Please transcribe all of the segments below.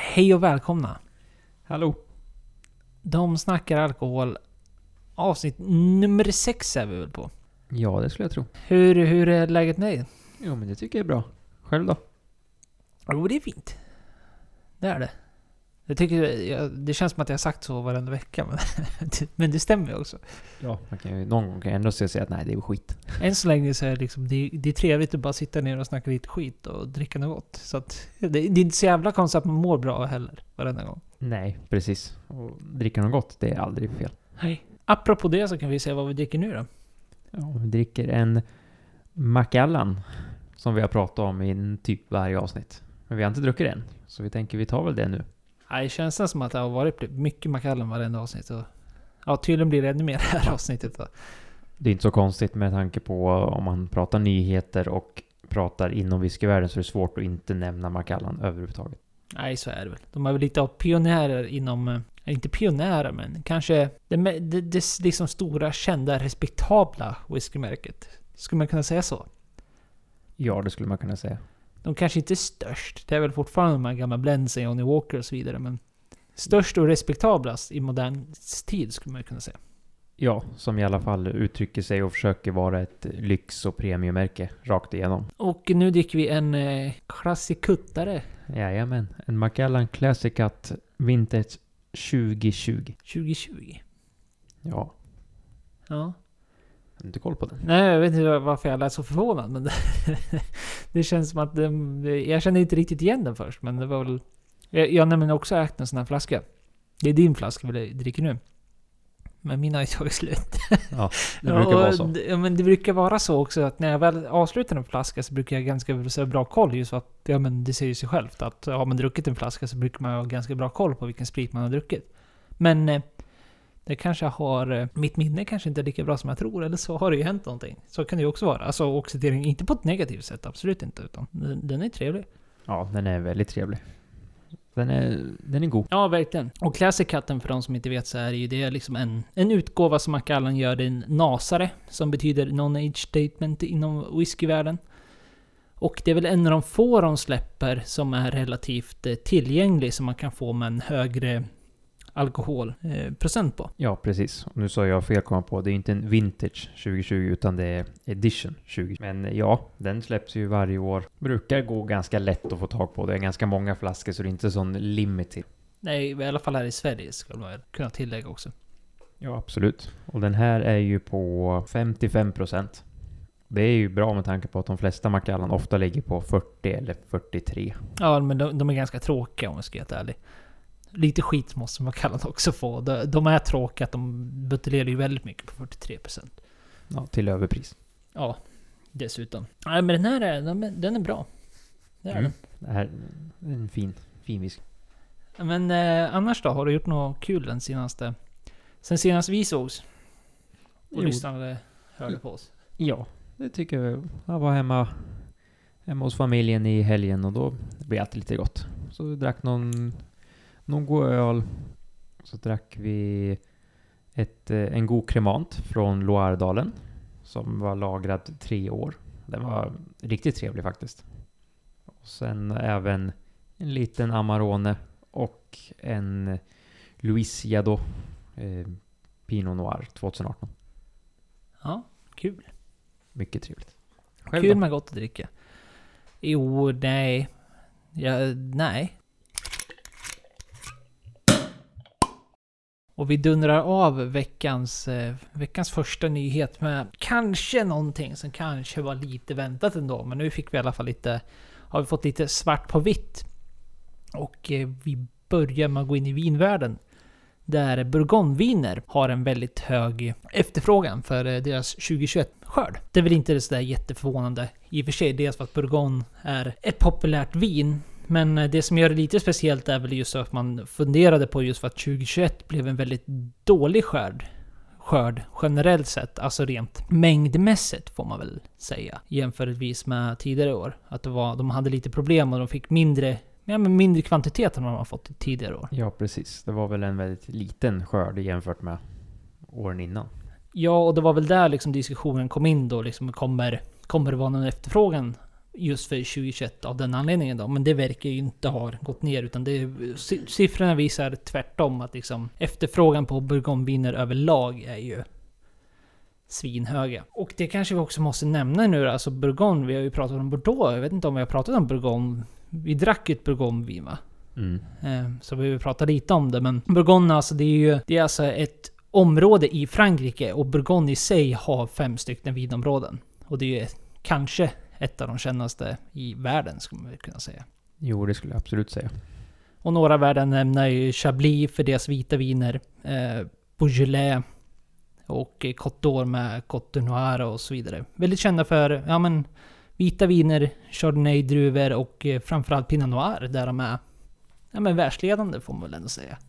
Hej och välkomna. Hallå. De snackar alkohol. Avsnitt nummer 6 är vi väl på. Ja, det skulle jag tro. Hur är läget med dig? Jo, men det tycker jag är bra. Själv då? Jo, det är fint. Det är det. Det känns som att jag har sagt så varenda vecka. Men det stämmer ju också. Ja, man kan ju någon gång ändå säga att nej, det är skit. Än så länge så är det liksom, det är trevligt att bara sitta ner och snacka lite skit och dricka något gott. Så att det är inte så jävla konstigt att man mår bra heller varenda gång. Nej, precis. Och dricka något gott, det är aldrig fel. Hej. Apropå det så kan vi se vad vi dricker nu då. Ja, vi dricker en Macallan som vi har pratat om i typ varje avsnitt. Men vi har inte druckit den, så vi tänker vi tar väl det nu. Nej, det känns som att det har varit mycket Macallan varenda avsnitt. Och ja, tydligen blir det ännu mer det här avsnittet då. Det är inte så konstigt med tanke på om man pratar nyheter och pratar inom whiskyvärlden så är det svårt att inte nämna Macallan överhuvudtaget. Nej, så är det väl. De är väl lite av pionjärer inom... Inte pionjärer, men kanske det liksom stora, kända, respektabla whiskymärket. Skulle man kunna säga så? Ja, det skulle man kunna säga. De kanske inte är störst. Det är väl fortfarande de här gamla Blends, Johnny Walker och så vidare. Men störst och respektablast i modern tid skulle man kunna säga. Ja, som i alla fall uttrycker sig och försöker vara ett lyx- och premiummärke rakt igenom. Och nu dricker vi en klassikuttare. Jajamän, en Macallan Classic Cut Vintage 2020. 2020. Ja, Ja. har du inte koll på den? Nej, jag vet inte varför jag lät så förvånad. Men det känns som att jag kände inte riktigt igen den först. Men det var väl... Jag har nämligen också ägt en sån här flaska. Det är din flaska vi dricker nu. Men min har ju tagit slut. Ja, det brukar vara så. Ja, men det brukar vara så också att när jag väl avslutar en flaska så brukar jag ganska så bra koll. Just för att ja, men det säger sig självt att har man druckit en flaska så brukar man ha ganska bra koll på vilken sprit man har druckit. Men det kanske har... Mitt minne kanske inte är lika bra som jag tror. Eller så har det ju hänt någonting. Så kan det ju också vara. Alltså oxidering, inte på ett negativt sätt. Absolut inte. Utan den är trevlig. Ja, den är väldigt trevlig. Den är god. Ja, verkligen. Och Classic Cutten, för de som inte vet, så är det ju det liksom en utgåva som Macallan gör. Det är en nasare, som betyder non-age statement inom whiskyvärlden. Och det är väl en av de få de släpper som är relativt tillgänglig, som man kan få med en högre alkoholprocent på. Ja, precis. Nu sa jag fel komma på. Det är inte en Vintage 2020 utan det är Edition 20. Men ja, den släpps ju varje år. Brukar gå ganska lätt att få tag på. Det är ganska många flaskor så det är inte sån limited. Nej, i alla fall här i Sverige skulle man kunna tillägga också. Ja, absolut. Och den här är ju på 55%. Det är ju bra med tanke på att de flesta Macallan ofta ligger på 40 eller 43. Ja, men de är ganska tråkiga om jag ska vara helt ärlig. Lite skit måste man kalla det också få. De är tråkiga att de buteljerar ju väldigt mycket på 43%. Ja, till överpris. Ja, dessutom. Nej, men den här den är bra. Det är den. Det här är en fin whisky. Men annars då? Har du gjort något kul sen senast vi sågs? Och lyssnade, hörde på oss. Ja, det tycker jag. Jag var hemma hos familjen i helgen och då blev det alltid lite gott. Så vi drack någon god öl. Så drack vi en god kremant från Loiredalen som var lagrad 3 år. Den var riktigt trevlig faktiskt. Och sen även en liten Amarone och en Louis Jadot Pinot Noir 2018. Ja, kul. Mycket trevligt. Själv Kul då? med gott att dricka. Jo, nej. Nej. Och vi dundrar av veckans första nyhet med kanske någonting som kanske var lite väntat ändå. Men nu fick vi i alla fall har vi fått lite svart på vitt. Och vi börjar med att gå in i vinvärlden. Där bourgogneviner har en väldigt hög efterfrågan för deras 2021-skörd. Det är väl inte så där jätteförvånande i och för sig. Dels för att bourgogne är ett populärt vin. Men det som gör det lite speciellt är väl just att man funderade på just för att 2021 blev en väldigt dålig skörd generellt sett. Alltså rent mängdmässigt får man väl säga. Jämförelsevis med tidigare år. Att de hade lite problem och de fick mindre kvantitet än vad de har fått tidigare år. Ja, precis. Det var väl en väldigt liten skörd jämfört med åren innan. Ja, och det var väl där liksom diskussionen kom in då. Liksom, kommer det vara någon efterfrågan just för 2021 av den anledningen då. Men det verkar ju inte ha gått ner, utan siffrorna visar tvärtom att liksom efterfrågan på bourgogneviner överlag är ju svinhöga. Och det kanske vi också måste nämna nu då, alltså Bourgogne, vi har ju pratat om Bordeaux, jag vet inte om vi har pratat om Bourgogne. Vi drack ett Bourgognevin, va? Så vi vill prata lite om det, men Bourgogne alltså, det är alltså ett område i Frankrike, och Bourgogne i sig har 5 stycken vinområden. Och det är ju kanske ett av de kändaste i världen, skulle man kunna säga. Jo, det skulle jag absolut säga. Och några värden nämner ju Chablis för deras vita viner, Beaujolais och Côte d'Or med Côte Noire och så vidare. Väldigt kända för vita viner, Chardonnay-druvor och framförallt Pinot Noir, där de är världsledande, får man väl ändå säga.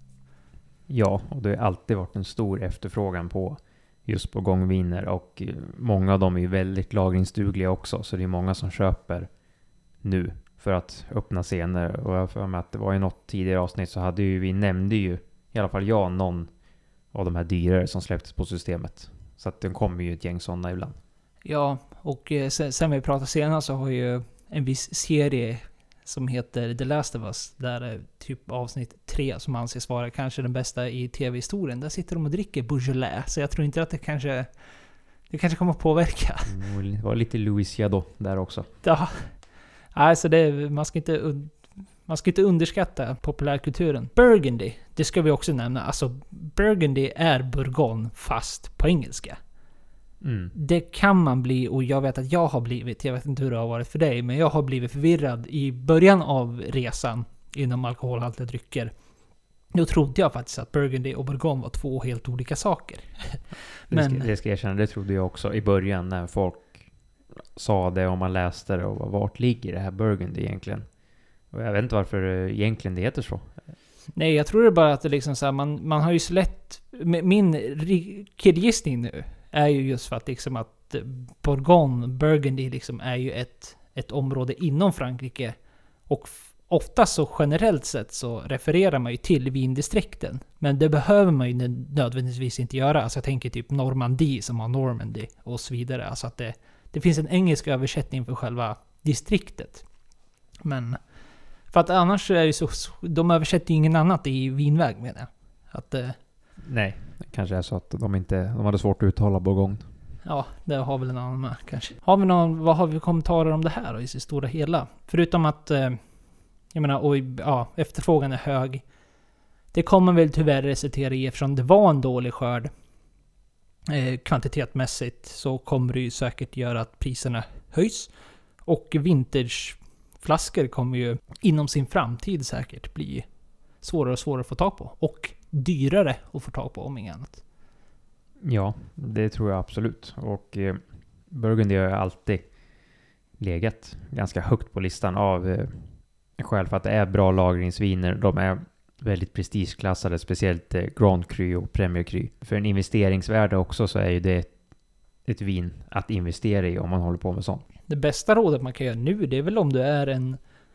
Ja, och det har alltid varit en stor efterfrågan på just bourgogneviner, och många av dem är ju väldigt lagringsdugliga också, så det är många som köper nu för att öppna senare. Och jag för mig att det var i något tidigare avsnitt så vi nämnde ju, i alla fall jag, någon av de här dyrare som släpptes på systemet. Så att den kommer ju ett gäng sådana ibland. Ja, och sen vi pratade senare så har ju en viss serie som heter The Last of Us, där är typ avsnitt 3 som anses vara kanske den bästa i tv-historien. Där sitter de och dricker Beaujolais, så jag tror inte att det kanske kommer att påverka. Det var lite Louis Jadot där också. Ja, alltså man ska inte underskatta populärkulturen. Burgundy, det ska vi också nämna. Alltså Burgundy är Bourgogne fast på engelska. Det kan man bli, och jag vet att jag har blivit, jag vet inte hur det har varit för dig, men jag har blivit förvirrad i början av resan inom alkoholhaltiga drycker. Då trodde jag faktiskt att Burgundy och Bourgogne var 2 helt olika saker. Det ska jag erkänna, det trodde jag också i början när folk sa det och man läste det, och vart ligger det här Burgundy egentligen? Och jag vet inte varför egentligen det heter så. Nej, jag tror det bara att det liksom så här, man har ju så lätt, min killgissning nu är ju just för att liksom att Burgundy liksom är ju ett område inom Frankrike, och ofta så generellt sett så refererar man ju till vindistrikten, men det behöver man ju nödvändigtvis inte göra. Alltså jag tänker typ Normandie som har Normandy och så vidare, alltså att det finns en engelsk översättning för själva distriktet. Men för att annars är det så, de översätter ju ingen annat i vinväg, menar jag. Nej, det kanske är så att de hade svårt att uttala Bourgogne. Ja, det har väl en annan med kanske. Vad har vi kommentarer om det här då, i det stora hela? Förutom att efterfrågan är hög. Det kommer väl tyvärr resultera i, eftersom det var en dålig skörd kvantitetmässigt, så kommer det ju säkert göra att priserna höjs. Och vintageflaskor kommer ju inom sin framtid säkert bli svårare och svårare att få tag på. Och dyrare att få tag på, om inget annat. Ja, det tror jag absolut. Och Burgundy har ju alltid legat ganska högt på listan av skäl för att det är bra lagringsviner. De är väldigt prestigeklassade, speciellt Grand Cru och Premier Cru. För en investeringsvärde också så är ju det ett vin att investera i om man håller på med sånt. Det bästa rådet man kan göra nu, det är väl om du är en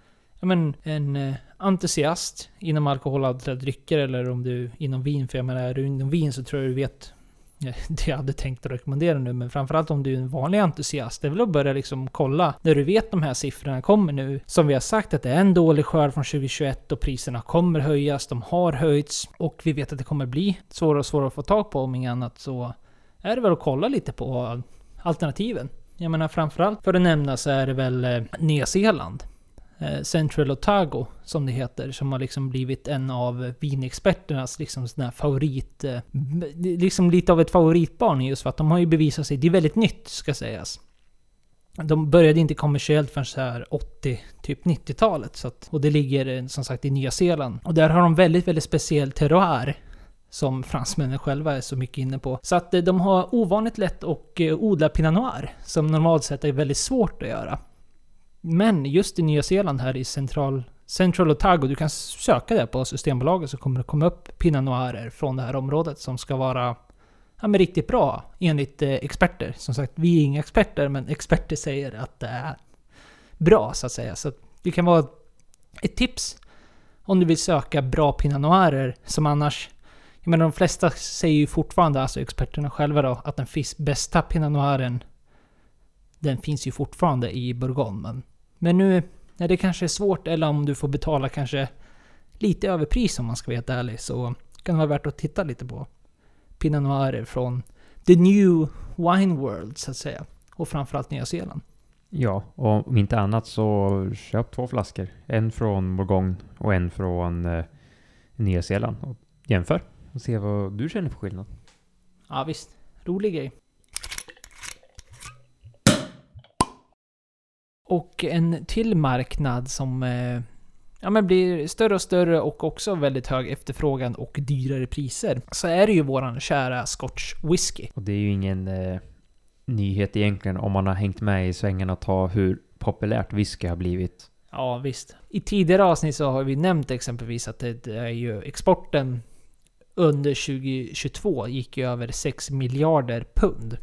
entusiast inom alkoholhaltiga drycker, eller om du inom vin, för jag menar, är du inom vin så tror jag du vet det jag hade tänkt att rekommendera nu, men framförallt om du är en vanlig entusiast, det är väl att börja liksom kolla, när du vet de här siffrorna kommer nu, som vi har sagt att det är en dålig skörd från 2021 och priserna kommer höjas, de har höjts, och vi vet att det kommer bli svårare och svårare att få tag på, om inget annat, så är det väl att kolla lite på alternativen. Jag menar, framförallt för att nämna så är det väl Nya Zeeland, Central Otago som det heter, som har liksom blivit en av vinexperternas liksom sån här favorit, liksom lite av ett favoritbarn, just för att de har ju bevisat sig, det är väldigt nytt ska sägas. De började inte kommersiellt förrän så här 80, typ 90-talet, så att, och det ligger som sagt i Nya Zeeland, och där har de väldigt, väldigt speciell terroir som fransmännen själva är så mycket inne på. Så att de har ovanligt lätt att odla Pinot Noir, som normalt sett är väldigt svårt att göra. Men just i Nya Zeeland här i Central Otago, du kan söka det på Systembolaget, så kommer det komma upp Pinot Noirer från det här området som ska vara riktigt bra enligt experter. Som sagt, vi är inga experter, men experter säger att det är bra så att säga. Så det kan vara ett tips om du vill söka bra Pinot Noirer, som annars, jag menar, de flesta säger ju fortfarande, alltså experterna själva då, att den bästa Pinot Noiren, den finns ju fortfarande i Bourgogne, men Men nu när det kanske är svårt, eller om du får betala kanske lite överpris om man ska vara helt ärlig, så kan det vara värt att titta lite på Pinot Noir från The New Wine World så att säga. Och framförallt Nya Zeeland. Ja, och om inte annat så köp 2 flaskor. En från Bourgogne och en från Nya Zeeland. Och jämför och se vad du känner för skillnad. Ja visst, rolig grej. Och en till marknad som blir större och större och också väldigt hög efterfrågan och dyrare priser. Så är det ju våran kära Scotch whisky. Och det är ju ingen nyhet egentligen om man har hängt med i svängen och ta hur populärt whisky har blivit. Ja visst. I tidigare avsnitt så har vi nämnt exempelvis att det är ju exporten under 2022 gick ju över 6 miljarder pund.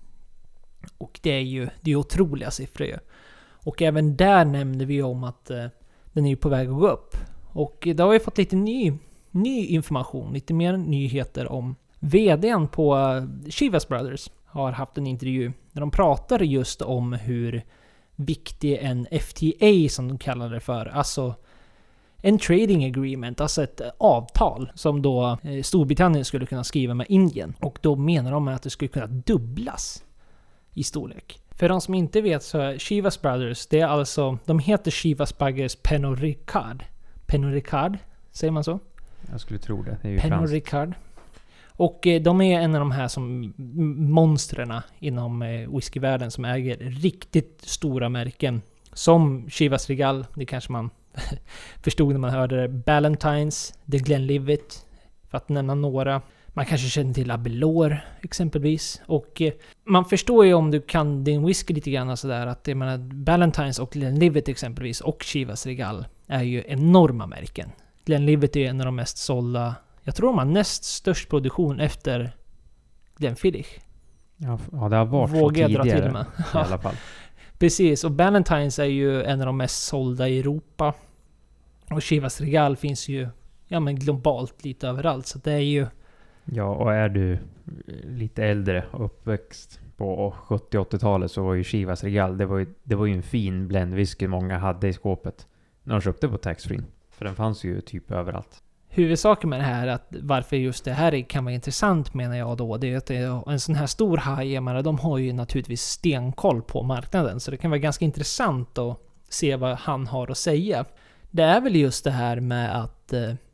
Och det är otroliga siffror ju. Och även där nämnde vi om att den är ju på väg att gå upp. Och då har vi fått lite ny information, lite mer nyheter om vdn på Chivas Brothers har haft en intervju där de pratar just om hur viktig en FTA som de kallar det för, alltså en trading agreement, alltså ett avtal som då Storbritannien skulle kunna skriva med Indien. Och då menar de att det skulle kunna dubblas i storlek. För de som inte vet så är Chivas Brothers, det är alltså, de heter Chivas Brothers Pernod Ricard. Pernod Ricard, säger man så? Jag skulle tro det. Det är ju Pernod franskt. Ricard. Och de är en av de här som monsterna inom whiskyvärlden som äger riktigt stora märken. Som Chivas Regal, det kanske man förstod när man hörde det. Ballantines, The Glenlivet, för att nämna några. Man kanske känner till Abelor exempelvis. Och man förstår ju om du kan din whisky lite grann sådär att jag menar, Ballantines och Glenlivet exempelvis och Chivas Regal är ju enorma märken. Glenlivet är en av de mest sålda. Jag tror de har näst störst produktion efter Glenfiddich. Ja, det har varit Vågar så jag dra tidigare till med. i alla fall. Precis, och Ballantines är ju en av de mest sålda i Europa. Och Chivas Regal finns ju globalt lite överallt. Så det är ju... Ja, och är du lite äldre och uppväxt på 70-80-talet så var ju Chivas Regal, det var ju en fin blendwhisky många hade i skåpet när de köpte på taxfree. För den fanns ju typ överallt. Huvudsaken med det här, att varför just det här kan vara intressant menar jag då, det är att det är en sån här stor haj, de har ju naturligtvis stenkoll på marknaden. Så det kan vara ganska intressant att se vad han har att säga. Det är väl just det här med att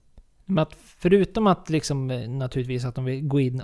förutom att liksom naturligtvis att de vill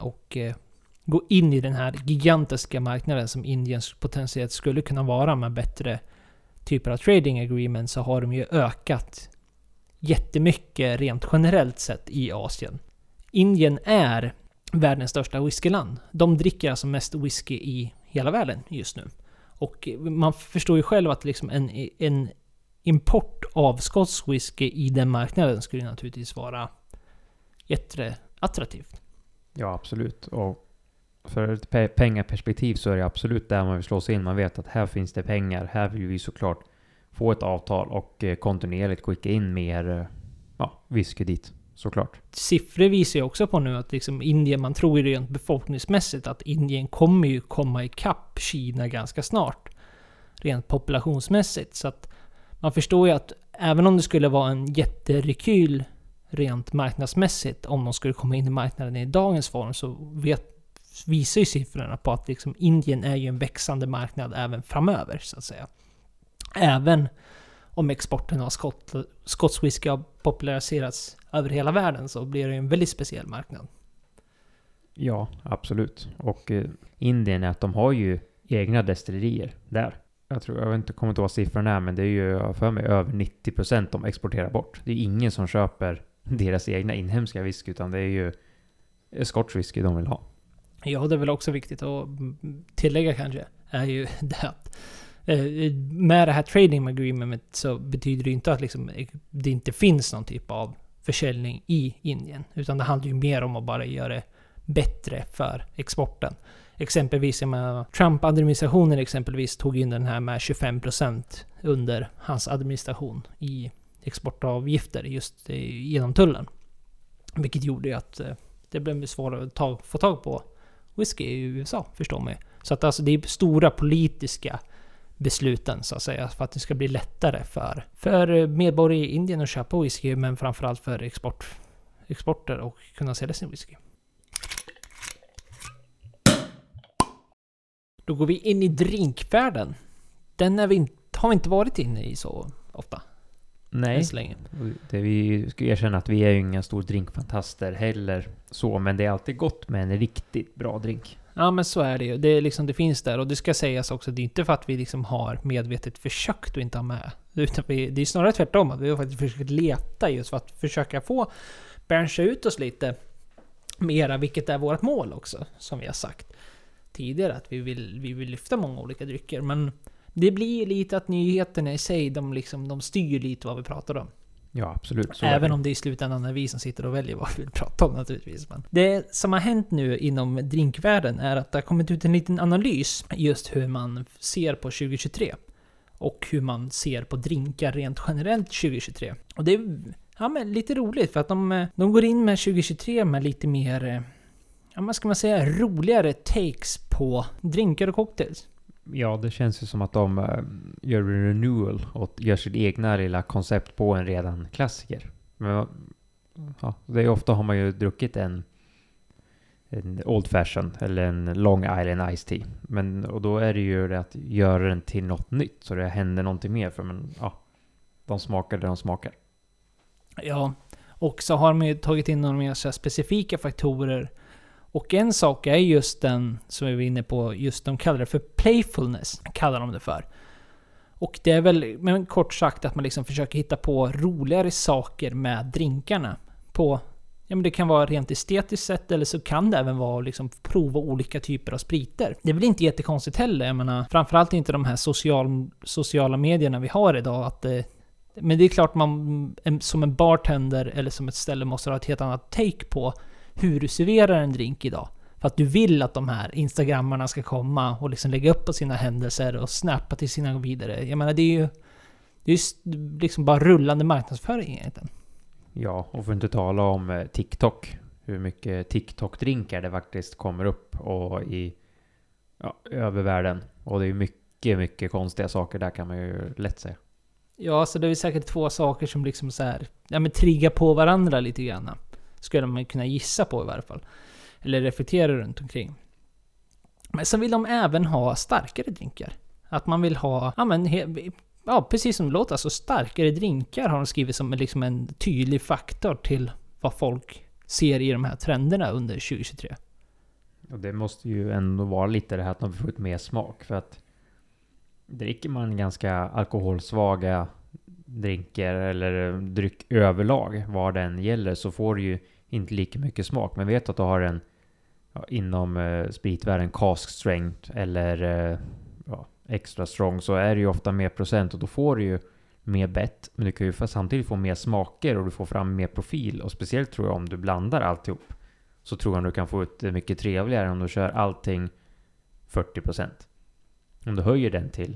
gå in i den här gigantiska marknaden som Indiens potentiellt skulle kunna vara med bättre typer av trading agreement, så har de ju ökat jättemycket rent generellt sett i Asien. Indien är världens största whiskyland. De dricker alltså mest whisky i hela världen just nu. Och man förstår ju själv att liksom en import av skotsk whisky i den marknaden skulle naturligtvis vara jätteattraktivt. Ja, absolut. Och för ett pengaperspektiv så är det absolut där man vill slå sig in. Man vet att här finns det pengar. Här vill vi såklart få ett avtal och kontinuerligt skicka in mer whisky dit, såklart. Siffror visar ju också på nu att liksom Indien, man tror ju rent befolkningsmässigt att Indien kommer ju komma ikapp Kina ganska snart. Rent populationsmässigt. Så att man förstår ju att även om det skulle vara en jätterekyl rent marknadsmässigt, om de skulle komma in i marknaden i dagens form, så visar ju siffrorna på att liksom Indien är ju en växande marknad även framöver, så att säga. Även om exporten av skotsk whisky har populariserats över hela världen, så blir det en väldigt speciell marknad. Ja, absolut. Och Indien är att de har ju egna destillerier där. Jag vet inte, kommer inte ihåg siffrorna är, men det är ju för mig över 90% de exporterar bort. Det är ingen som köper deras egna inhemska whisky, utan det är ju skotsk whisky de vill ha. Ja, det är väl också viktigt att tillägga kanske, är ju det att med det här trading agreement så betyder det inte att liksom, det inte finns någon typ av försäljning i Indien. Utan det handlar ju mer om att bara göra det bättre för exporten. Exempelvis Trump-administrationen exempelvis tog in den här med 25% under hans administration i exportavgifter just genom tullen. Vilket gjorde att det blev svårare att få tag på whisky i USA, förstår man. Så att alltså det är stora politiska besluten så att säga. För att det ska bli lättare för medborgare i Indien att köpa whisky, men framförallt för exporter och kunna sälja sin whisky. Då går vi in i drinkvärlden. Den har vi inte varit inne i så ofta. Nej, så länge. Vi ska erkänna att vi är ju inga stor drinkfantaster heller så, men det är alltid gott med en riktigt bra drink. Ja, men så är det ju. Det är liksom, det finns där, och det ska sägas också, det är inte för att vi liksom har medvetet försökt att inte ha med, utan det är snarare tvärtom, att vi har faktiskt försökt leta just för att försöka få branscha ut oss lite mera, vilket är vårt mål också, som vi har sagt tidigare, att vi vill lyfta många olika drycker, men det blir lite att nyheterna i sig, de styr lite vad vi pratar om. Ja, absolut. Så även om det i slutändan är vi som sitter och väljer vad vi vill prata om naturligtvis. Men det som har hänt nu inom drinkvärlden är att det har kommit ut en liten analys just hur man ser på 2023. Och hur man ser på drinkar rent generellt 2023. Och det är lite roligt för att de går in med 2023 med lite mer, vad ska man säga, roligare takes på drinkar och cocktails. Ja, det känns ju som att de gör en renewal och gör sitt egna lilla koncept på en redan klassiker. Men ja, det är ofta har man ju druckit en Old Fashion eller en Long Island Iced Tea. Och då är det ju det att göra den till något nytt så det händer någonting mer, för de smakar det de smakar. Ja, och så har man ju tagit in några mer så specifika faktorer. Och en sak är just den som vi var inne på, just de kallar det för playfulness, kallar de det för. Och det är väl, men kort sagt, att man liksom försöker hitta på roligare saker med drinkarna. Men det kan vara rent estetiskt sett, eller så kan det även vara liksom prova olika typer av spriter. Det är väl inte jättekonstigt heller, jag menar, framförallt inte de här sociala medierna vi har idag. Men det är klart man som en bartender eller som ett ställe måste ha ett helt annat take på hur du serverar en drink idag. För att du vill att de här instagrammarna ska komma och liksom lägga upp på sina händelser och snappa till sina vidare. Jag menar, det är ju liksom bara rullande marknadsföring egentligen. Ja, och för att inte tala om TikTok. Hur mycket TikTok-drinkar det faktiskt kommer upp och över världen. Och det är mycket, mycket konstiga saker där, kan man ju lätt säga. Ja, så det är säkert två saker som liksom så här, triggar på varandra lite grann. Skulle man kunna gissa på i varje fall. Eller reflektera runt omkring. Men så vill de även ha starkare drinkar. Att man vill ha, precis som det låter, alltså starkare drinkar har de skrivit som liksom en tydlig faktor till vad folk ser i de här trenderna under 2023. Och det måste ju ändå vara lite det här att de får ut mer smak. För att dricker man ganska alkoholsvaga drinkar eller dryck överlag, vad den gäller, så får du ju inte lika mycket smak. Men vet att du har inom spritvärlden cask strength eller extra strong, så är det ju ofta mer procent och då får du ju mer bett, men du kan ju samtidigt få mer smaker och du får fram mer profil. Och speciellt tror jag om du blandar alltihop, så tror jag du kan få ut det mycket trevligare om du kör allting 40%. Om du höjer den till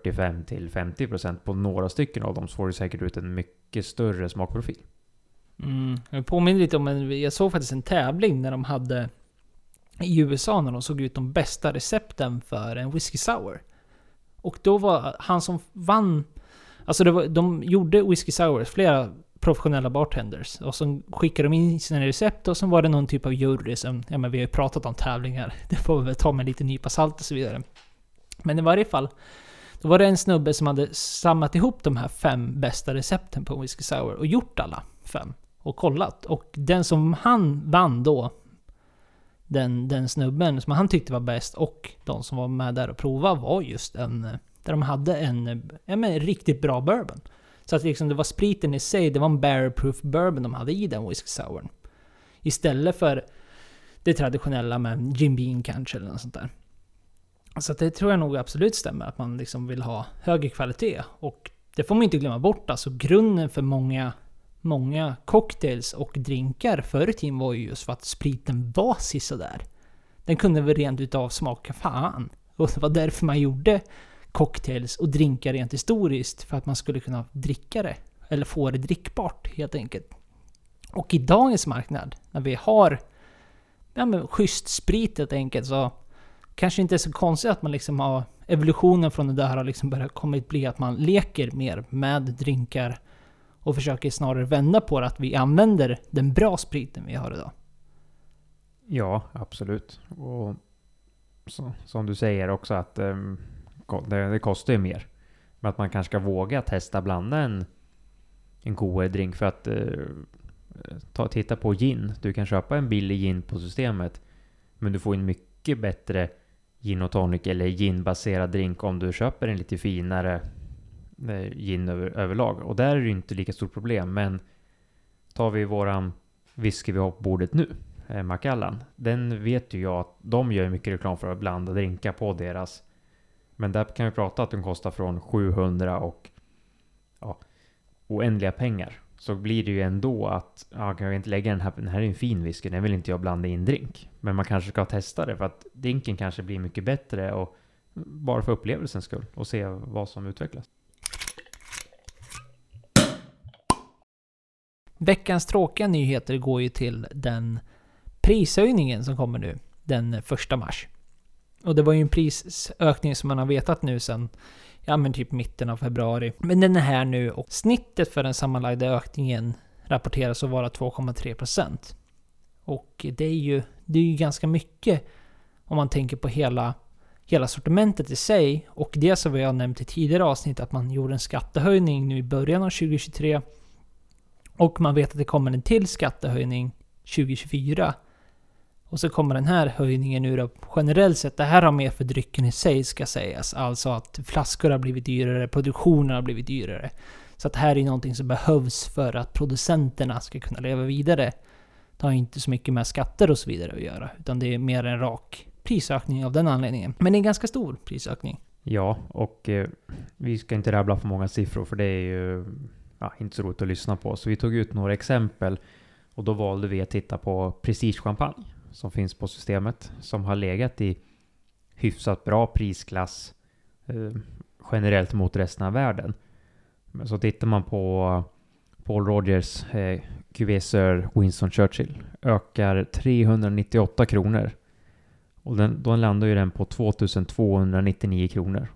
45-50% på några stycken av dem, så får du säkert ut en mycket större smakprofil. Jag påminner lite om jag såg faktiskt en tävling när de hade i USA, när de såg ut de bästa recepten för en whisky sour. Och då var han som vann, alltså de gjorde whisky sours, flera professionella bartenders, och så skickade de in sina recept, och så var det någon typ av jury som, vi har ju pratat om tävlingar, det får vi väl ta med lite nypa salt och så vidare. Men i varje fall, då var det en snubbe som hade samlat ihop de här 5 bästa recepten på whisky sour och gjort alla 5 och kollat. Och den som han vann då, den snubben som han tyckte var bäst och de som var med där och prova, var just där de hade en riktigt bra bourbon. Så att liksom det var spriten i sig, det var en barrel-proof bourbon de hade i den whisky souren. Istället för det traditionella med Jim Beam kanske eller något sånt där. Så att det tror jag nog absolut stämmer, att man liksom vill ha högre kvalitet. Och det får man inte glömma bort. Alltså grunden för många cocktails och drinkar förr i tiden var ju just för att spriten var sisådär. Den kunde väl rent utav smaka fan. Och det var därför man gjorde cocktails och drinkar rent historiskt. För att man skulle kunna dricka det. Eller få det drickbart helt enkelt. Och i dagens marknad, när vi har schysst sprit helt enkelt, så kanske inte är så konstigt att man liksom har evolutionen från det där har liksom börjat kommit bli att man leker mer med drinkar och försöker snarare vända på det, att vi använder den bra spriten vi har idag. Ja, absolut. Och som du säger också att det kostar ju mer. Men att man kanske ska våga testa blanda en godare drink, för att titta på gin. Du kan köpa en billig gin på systemet, men du får en mycket bättre gin och tonic eller gin-baserad drink om du köper en lite finare gin överlag. Och där är det ju inte lika stort problem. Men tar vi våran whisky vi har på bordet nu, Macallan, den vet ju jag att de gör mycket reklam för att blanda drinkar på deras. Men där kan vi prata att den kostar från 700 och oändliga pengar. Så blir det ju ändå att kan jag inte lägga den här är en fin whisky, den vill inte jag blanda i en drink. Men man kanske ska testa det för att drinken kanske blir mycket bättre, och bara för upplevelsens skull, och se vad som utvecklas. Veckans tråkiga nyheter går ju till den prishöjningen som kommer nu den 1 mars. Och det var ju en prisökning som man har vetat nu sedan typ mitten av februari. Men den är här nu, och snittet för den sammanlagda ökningen rapporteras att vara 2,3%. Och det är ju ganska mycket om man tänker på hela sortimentet i sig. Och det som vi har nämnt i tidigare avsnitt, att man gjorde en skattehöjning nu i början av 2023. Och man vet att det kommer en till skattehöjning 2024. Och så kommer den här höjningen nu då, generellt sett. Det här har mer för drycken i sig, ska sägas. Alltså att flaskor har blivit dyrare, produktionen har blivit dyrare. Så att det här är någonting som behövs för att producenterna ska kunna leva vidare. Det har inte så mycket med skatter och så vidare att göra. Utan det är mer en rak prisökning av den anledningen. Men det är en ganska stor prisökning. Ja, och vi ska inte rabbla för många siffror, för det är ju inte så roligt att lyssna på. Så vi tog ut några exempel, och då valde vi att titta på Prestige champagne som finns på systemet, som har legat i hyfsat bra prisklass generellt mot resten av världen. Men så tittar man på Paul Rogers Cuvée Sir Winston Churchill, ökar 398 kronor. Och då landar ju den på 2299 kronor.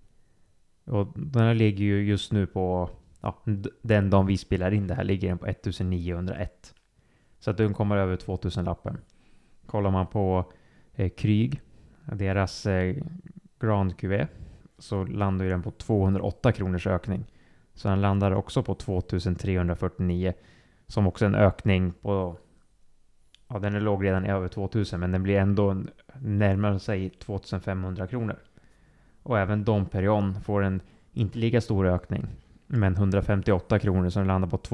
Och den här ligger ju just nu på, den dagen vi spelar in det här, ligger den på 1901. Så att den kommer över 2000-lappen. Kollar man på Krüg, deras Grand Cuvée, så landar ju den på 208 kronors ökning. Så den landar också på 2349, som också en ökning på, den är låg redan i över 2000, men den blir ändå närmare sig 2500 kronor. Och även Dom Perignon får en inte lika stor ökning, men 158 kronor, som landar på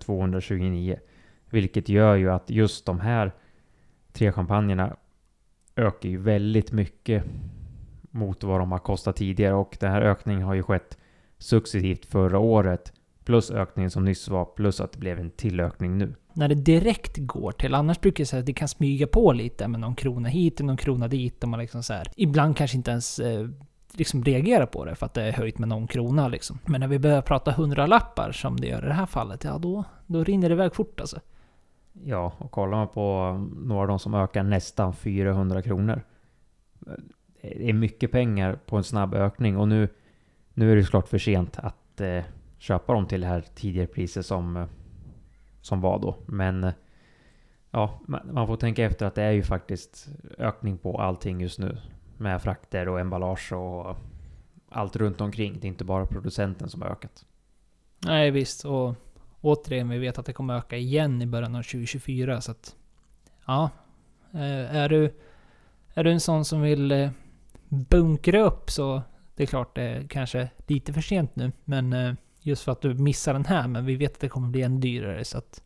2229. Vilket gör ju att just de här 3 champagnerna ökar ju väldigt mycket mot vad de har kostat tidigare. Och den här ökningen har ju skett successivt förra året, plus ökningen som nyss var, plus att det blev en tillökning nu. När det direkt går till, annars brukar jag säga att det kan smyga på lite med någon krona hit och någon krona dit, och man liksom så här, ibland kanske inte ens liksom reagerar på det för att det är höjt med någon krona liksom. Men när vi börjar prata 100-lappar som det gör i det här fallet, då rinner det iväg fort alltså. Ja, och kollar man på några av de som ökar nästan 400 kronor. Det är mycket pengar på en snabb ökning, och nu är det såklart för sent att köpa dem till det här tidigare priset som var då. Men man får tänka efter att det är ju faktiskt ökning på allting just nu. Med frakter och emballage och allt runt omkring. Det är inte bara producenten som har ökat. Nej visst, och återigen, vi vet att det kommer öka igen i början av 2024. Så att, är du en sån som vill bunkra upp, så det är klart det är kanske lite för sent nu. Men just för att du missar den här, men vi vet att det kommer bli än dyrare, så att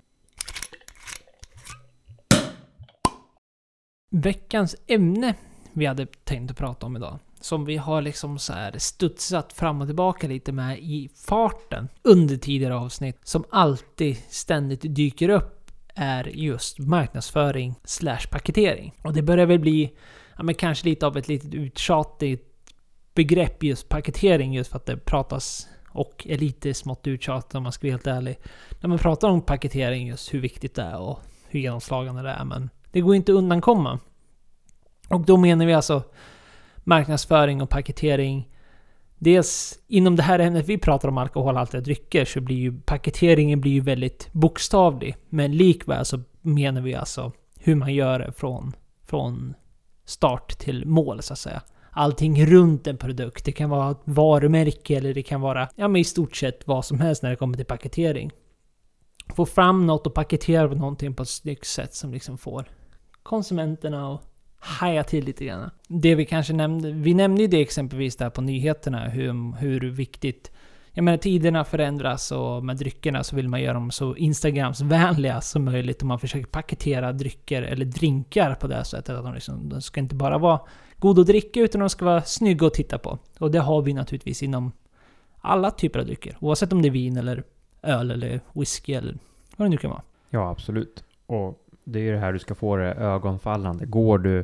Veckans ämne vi hade tänkt att prata om idag, som vi har liksom så här studsat fram och tillbaka lite med i farten under tidigare avsnitt, som alltid ständigt dyker upp, är just marknadsföring / paketering. Och det börjar väl bli kanske lite av ett litet uttjatigt begrepp, just paketering, just för att det pratas och är lite smått uttjatat om man ska vara helt ärlig. När man pratar om paketering, just hur viktigt det är och hur genomslagande det är, men det går inte undankomma. Och då menar vi alltså marknadsföring och paketering. Dels inom det här ämnet vi pratar om alkoholhaltiga drycker så blir ju paketeringen blir ju väldigt bokstavlig. Men likväl så menar vi alltså hur man gör det från start till mål så att säga. Allting runt en produkt. Det kan vara ett varumärke eller det kan vara men i stort sett vad som helst när det kommer till paketering. Få fram något och paketera någonting på ett snyggt sätt som liksom får konsumenterna att haja till lite grann. Det vi kanske nämnde, vi nämnde ju det exempelvis där på nyheterna hur viktigt, jag menar tiderna förändras och med dryckerna så vill man göra dem så Instagrams-vänliga som möjligt och man försöker paketera drycker eller drinkar på det här sättet att de ska inte bara vara goda att dricka utan de ska vara snygga att titta på. Och det har vi naturligtvis inom alla typer av drycker, oavsett om det är vin eller öl eller whisky eller vad det nu kan vara. Ja, absolut. Och det är ju det här du ska få det ögonfallande. Går du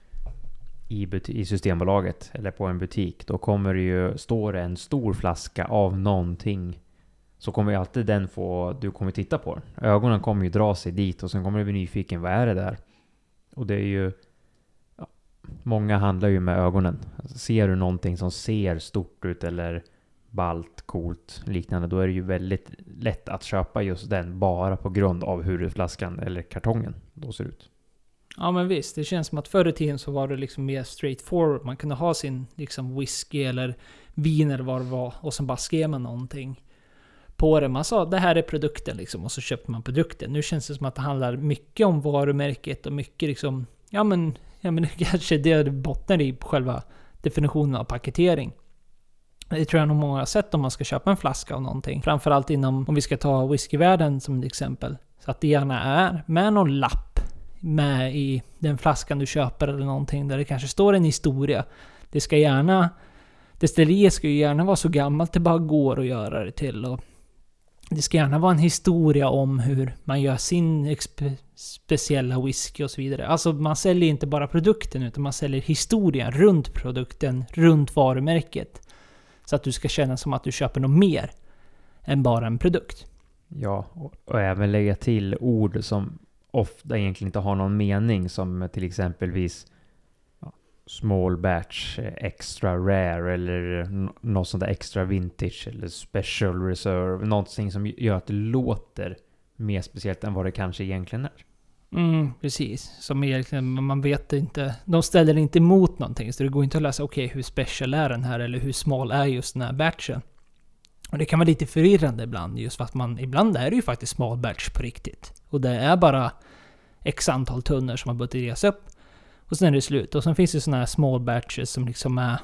i Systembolaget eller på en butik, då kommer det ju, står det en stor flaska av någonting, så kommer ju alltid du kommer titta på den. Ögonen kommer ju dra sig dit och sen kommer du bli nyfiken, vad är det där? Och det är ju, många handlar ju med ögonen. Alltså, ser du någonting som ser stort ut eller ballt, coolt, liknande, då är det ju väldigt lätt att köpa just den bara på grund av hur flaskan eller kartongen då ser ut. Ja men visst, det känns som att förr i tiden så var det liksom mer straightforward. Man kunde ha sin liksom whisky eller vin eller vad det var och sen bara skrev man någonting på det. Man sa det här är produkten liksom och så köpte man produkten. Nu känns det som att det handlar mycket om varumärket och mycket liksom, ja men kanske det bottnar i själva definitionen av paketering. Det tror jag nog många har sett om man ska köpa en flaska av någonting. Framförallt om vi ska ta whiskyvärlden som ett exempel. Så att det gärna är med någon lapp med i den flaskan du köper eller någonting där det kanske står en historia. Destilleriet ska ju gärna vara så gammalt det bara går att göra det till. Och det ska gärna vara en historia om hur man gör sin speciella whisky och så vidare. Alltså man säljer inte bara produkten utan man säljer historien runt produkten, runt varumärket. Så att du ska känna som att du köper något mer än bara en produkt. Ja, och även lägga till ord som ofta egentligen inte har någon mening, som till exempelvis small batch, extra rare eller något sånt där extra vintage eller special reserve. Någonting som gör att det låter mer speciellt än vad det kanske egentligen är. Precis. Som egentligen, man vet inte, de ställer inte emot någonting, så det går inte att läsa hur special är den här eller hur smal är just den här batchen. Och det kan vara lite förvirrande ibland, just för att ibland är det ju faktiskt small batch på riktigt. Och det är bara x antal tunnor som har börjat upp och sen är det slut. Och sen finns det såna här small batches som liksom är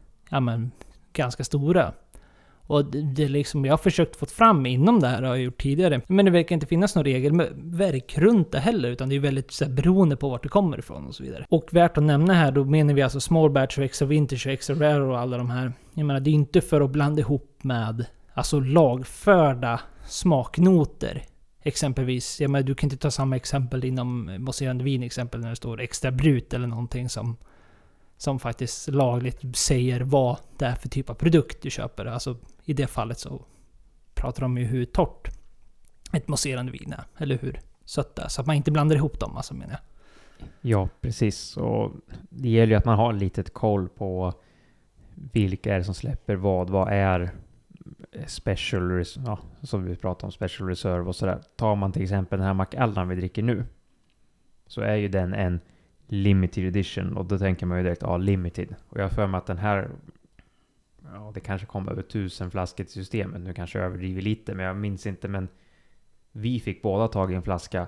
ganska stora. Och det liksom, jag har försökt få fram inom det här har jag gjort tidigare. Men det verkar inte finnas någon regelverk runt det heller, utan det är väldigt så här, beroende på vart det kommer ifrån och så vidare. Och värt att nämna här, då menar vi alltså small batch och extra vintage och extra rare och alla de här. Jag menar, det är inte för att blanda ihop med alltså lagförda smaknoter. Exempelvis, jag menar, du kan inte ta samma exempel inom mousserande vin exempel när det står extra brut eller någonting som faktiskt lagligt säger vad det är för typ av produkt du köper. Alltså i det fallet så pratar de ju hur torrt ett mousserande vin är, eller hur sött det är. Så att man inte blandar ihop dem, alltså menar jag. Ja, precis. Och det gäller ju att man har lite koll på vilka är det som släpper vad är special, som vi pratar om, special reserve och sådär. Tar man till exempel den här Macallan vi dricker nu, så är ju den en limited edition, och då tänker man ju direkt limited. Och jag har för mig att den här, det kanske kom över 1000 flaskor till systemet. Nu kanske jag överdriver lite, men jag minns inte. Men vi fick båda tag i en flaska.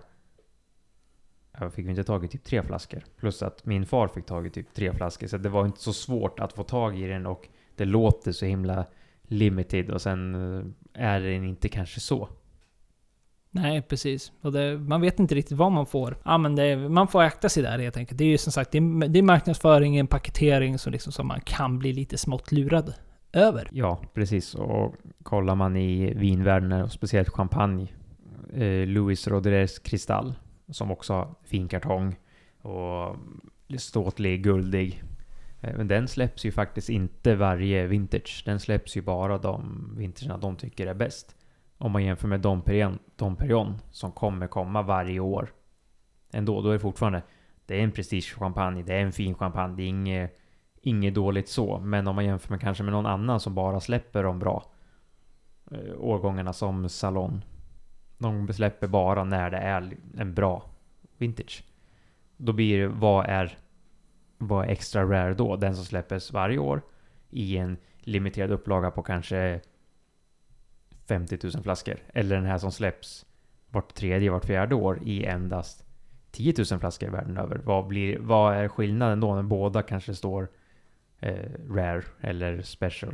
Jag fick inte tag i typ 3 flaskor. Plus att min far fick tag i typ 3 flaskor. Så det var inte så svårt att få tag i den, och det låter så himla limited, och sen är den inte kanske så. Nej, precis. Och man vet inte riktigt vad man får. Ja, men man får akta sig där helt enkelt. Det är ju som sagt, det är marknadsföring, en paketering som man kan bli lite smått lurad över. Ja, precis. Och kollar man i vinvärlden, och speciellt champagne, Louis Roederers Kristall, som också har fin kartong och ståtlig, guldig. Men den släpps ju faktiskt inte varje vintage. Den släpps ju bara de vintagerna de tycker är bäst. Om man jämför med Dom Perignon som kommer komma varje år. Ändå, då är det fortfarande, det är en prestige champagne, det är en fin champagne, det är inget dåligt så. Men om man jämför med kanske med någon annan som bara släpper de bra årgångarna som Salon. De släpper bara när det är en bra vintage. Då blir det, vad är extra rare då? Den som släppes varje år i en limiterad upplaga på kanske 50 000 flaskor. Eller den här som släpps vart fjärde år i endast 10 000 flaskor världen över. Vad är skillnaden då när båda kanske står rare eller special?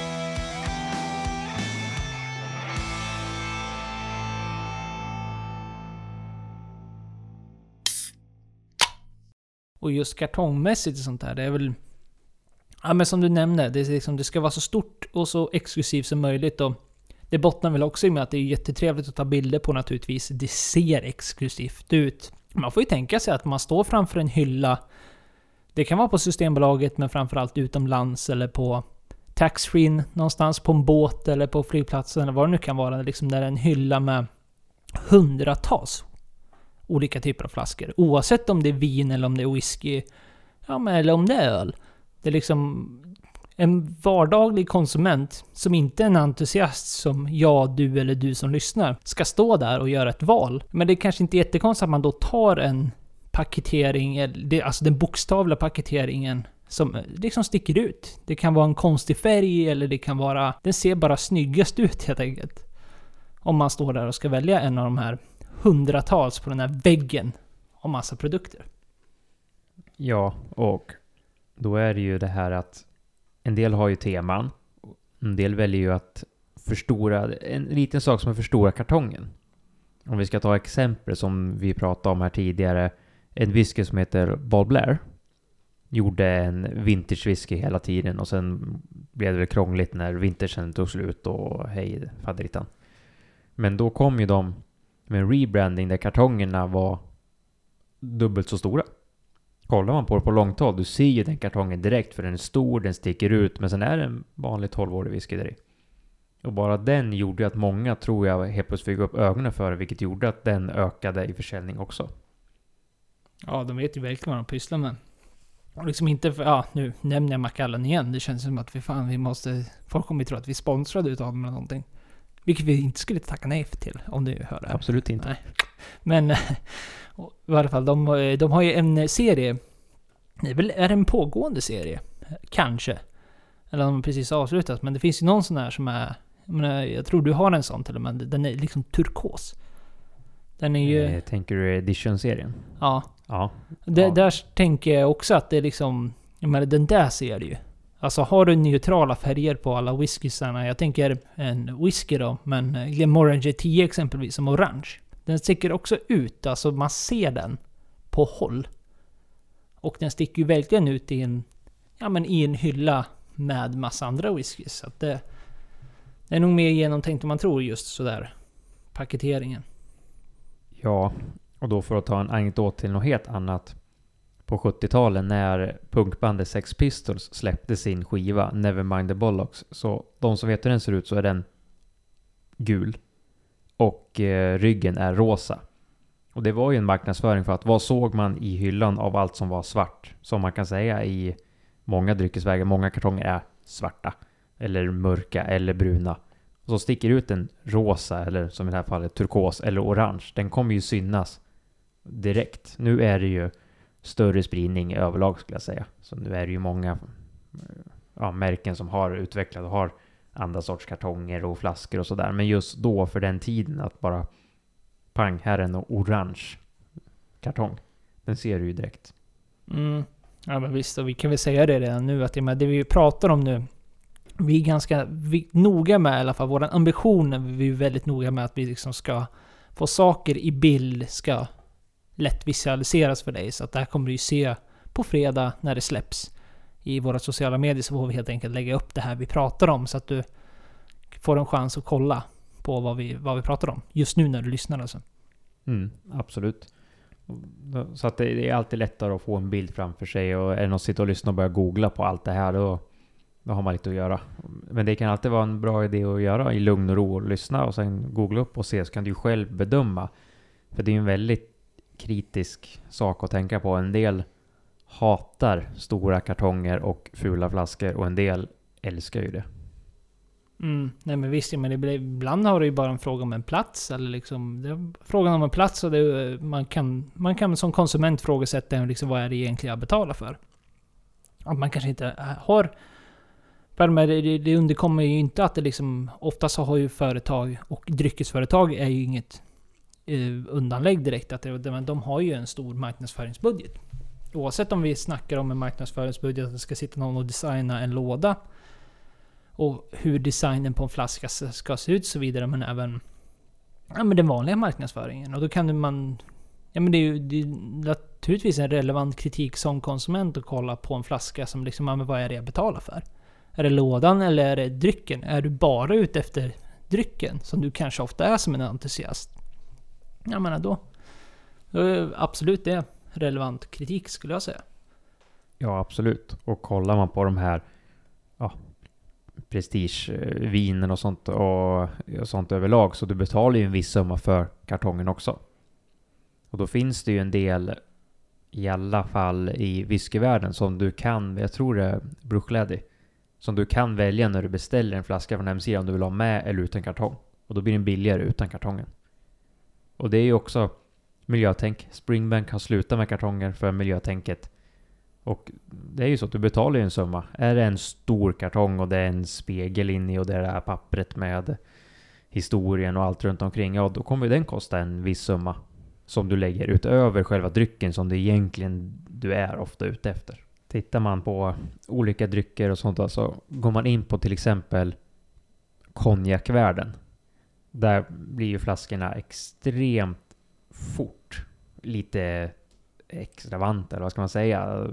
Och just kartongmässigt och sånt där, det är väl... Ja, men som du nämnde, det är liksom, det ska vara så stort och så exklusivt som möjligt. Och det bottnar väl också i med att det är jättetrevligt att ta bilder på naturligtvis. Det ser exklusivt ut. Man får ju tänka sig att man står framför en hylla. Det kan vara på Systembolaget, men framförallt utomlands eller på taxfree någonstans på en båt eller på flygplatsen eller vad det nu kan vara. Liksom där är en hylla med hundratals olika typer av flaskor. Oavsett om det är vin eller om det är whisky. Ja, men eller om det är öl. Det är liksom en vardaglig konsument som inte är en entusiast som jag, du eller du som lyssnar ska stå där och göra ett val. Men det är kanske inte jättekonstigt att man då tar en paketering, alltså den bokstavliga paketeringen som liksom sticker ut. Det kan vara en konstig färg eller det kan vara... Den ser bara snyggast ut helt enkelt. Om man står där och ska välja en av de här hundratals på den här väggen av massa produkter. Ja, och då är det ju det här att en del har ju teman. En del väljer ju att förstora, en liten sak som är förstora kartongen. Om vi ska ta exempel som vi pratade om här tidigare. En whisky som heter Bob Blair gjorde en vintage whisky hela tiden och sen blev det väl krångligt när vintagen tog slut och hej faderittan. Men då kom ju de med en rebranding där kartongerna var dubbelt så stora. Kollar man på det på långt håll, du ser ju den kartongen direkt för den är stor, den sticker ut, men sen är det en vanlig 12-årig whisky där i. Och bara den gjorde att många, tror jag, helt plötsligt fick upp ögonen för det, vilket gjorde att den ökade i försäljning också. Ja, de vet ju verkligen vad de pysslar med. Och liksom inte för, ja, nu nämner jag Macallan igen. Det känns som att vi måste, folk kommer ju tro att vi är sponsrade utav dem eller någonting. Vilket vi inte skulle tacka nej till, om du hör det här. Absolut inte. Nej. Men i alla fall, de har ju en serie. Är det en pågående serie? Kanske. Eller de har precis avslutat. Men det finns ju någon sån här som är... Jag tror du har en sån till och med. Den är liksom turkos. Den är ju... Tänker du edition-serien? Ja. Ja. Där tänker jag också att det är liksom... Men den där ser du ju. Alltså har du neutrala färger på alla whiskysarna. Jag tänker en whisky då. Men Glenmorangie G10 exempelvis som orange. Den sticker också ut. Alltså man ser den på håll. Och den sticker ju verkligen ut i en hylla med massa andra whiskys. Så att det är nog mer genomtänkt än man tror just sådär. Paketeringen. Ja, och då för att ta en anekdot till något helt annat. På 70-talet när punkbandet Sex Pistols släppte sin skiva Nevermind the Bollocks. Så de som vet hur den ser ut så är den gul. Och ryggen är rosa. Och det var ju en marknadsföring för att vad såg man i hyllan av allt som var svart? Som man kan säga i många dryckesvägar, många kartonger är svarta. Eller mörka eller bruna. Och så sticker ut en rosa eller som i det här fallet turkos eller orange. Den kommer ju synas direkt. Nu är det ju större spridning överlag skulle jag säga. Så nu är det ju många märken som har utvecklat och har andra sorts kartonger och flaskor och sådär. Men just då för den tiden att bara pang, här är en orange kartong. Den ser du ju direkt. Ja men visst, och vi kan väl säga det redan nu att det vi pratar om nu, vi är ganska noga med i alla fall våran ambition. Vi är väldigt noga med att vi liksom ska få saker i bild ska lätt visualiseras för dig. Så att det här kommer du ju se på fredag när det släpps i våra sociala medier, så får vi helt enkelt lägga upp det här vi pratar om så att du får en chans att kolla på vad vi pratar om just nu när du lyssnar alltså. Absolut. Så att det är alltid lättare att få en bild framför sig, och är det någon som sitter och lyssnar och börjar googla på allt det här då har man lite att göra. Men det kan alltid vara en bra idé att göra i lugn och ro och lyssna och sen googla upp och se, så kan du ju själv bedöma. För det är ju en väldigt kritisk sak att tänka på. En del hatar stora kartonger och fula flaskor och en del älskar ju det. Nej men visst, men ibland har det ju bara en fråga om en plats. Eller liksom, det är frågan om en plats och man kan som konsument frågasätta liksom, vad är det egentligen jag betalar för. Att man kanske inte har... Det underkommer ju inte att det liksom... Oftast har ju företag och dryckesföretag är ju inget undanlägg direkt. Att de har ju en stor marknadsföringsbudget. Oavsett om vi snackar om en marknadsföringsbudget att det ska sitta någon och designa en låda. Och hur designen på en flaska ska se ut och så vidare. Men även men den vanliga marknadsföringen. Och då kan man... Ja men det är ju naturligtvis en relevant kritik som konsument att kolla på en flaska som liksom, men vad är det jag betalar för? Är det lådan eller är det drycken? Är du bara ute efter drycken som du kanske ofta är som en entusiast? Jag menar då är absolut det relevant kritik skulle jag säga. Ja absolut. Och kollar man på de här prestigeviner och sånt överlag, så du betalar ju en viss summa för kartongen också. Och då finns det ju en del, i alla fall i whiskyvärlden, som du kan, jag tror det är Bruichladdich, som du kan välja när du beställer en flaska från hemsidan om du vill ha med eller utan kartong. Och då blir den billigare utan kartongen. Och det är ju också miljötänk. Springbank har slutat med kartonger för miljötänket. Och det är ju så att du betalar ju en summa. Är det en stor kartong och det är en spegel in i och det är pappret med historien och allt runt omkring, ja då kommer den kosta en viss summa som du lägger utöver själva drycken som det egentligen du är ofta ute efter. Tittar man på olika drycker och sånt så går man in på till exempel konjakvärlden. Där blir ju flaskorna extremt fort lite extravanta, eller vad ska man säga.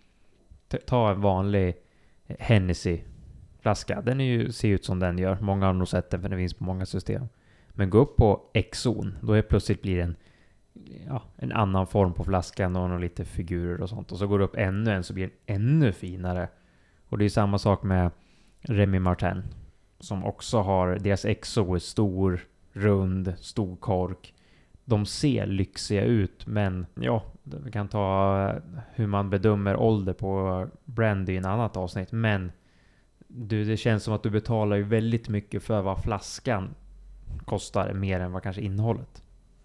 Ta en vanlig Hennessy-flaska. Den ser ut som den gör. Många har nog sett den för den finns på många system. Men gå upp på Exxon, då är plötsligt blir det en annan form på flaskan och lite figurer och sånt. Och så går det upp ännu en så blir den ännu finare. Och det är samma sak med Remy Martin som också har deras Exo, stor, rund, stor kork. De ser lyxiga ut, men vi kan ta hur man bedömer ålder på brandy i en annat avsnitt. Men det känns som att du betalar ju väldigt mycket för vad flaskan kostar mer än vad kanske innehållet.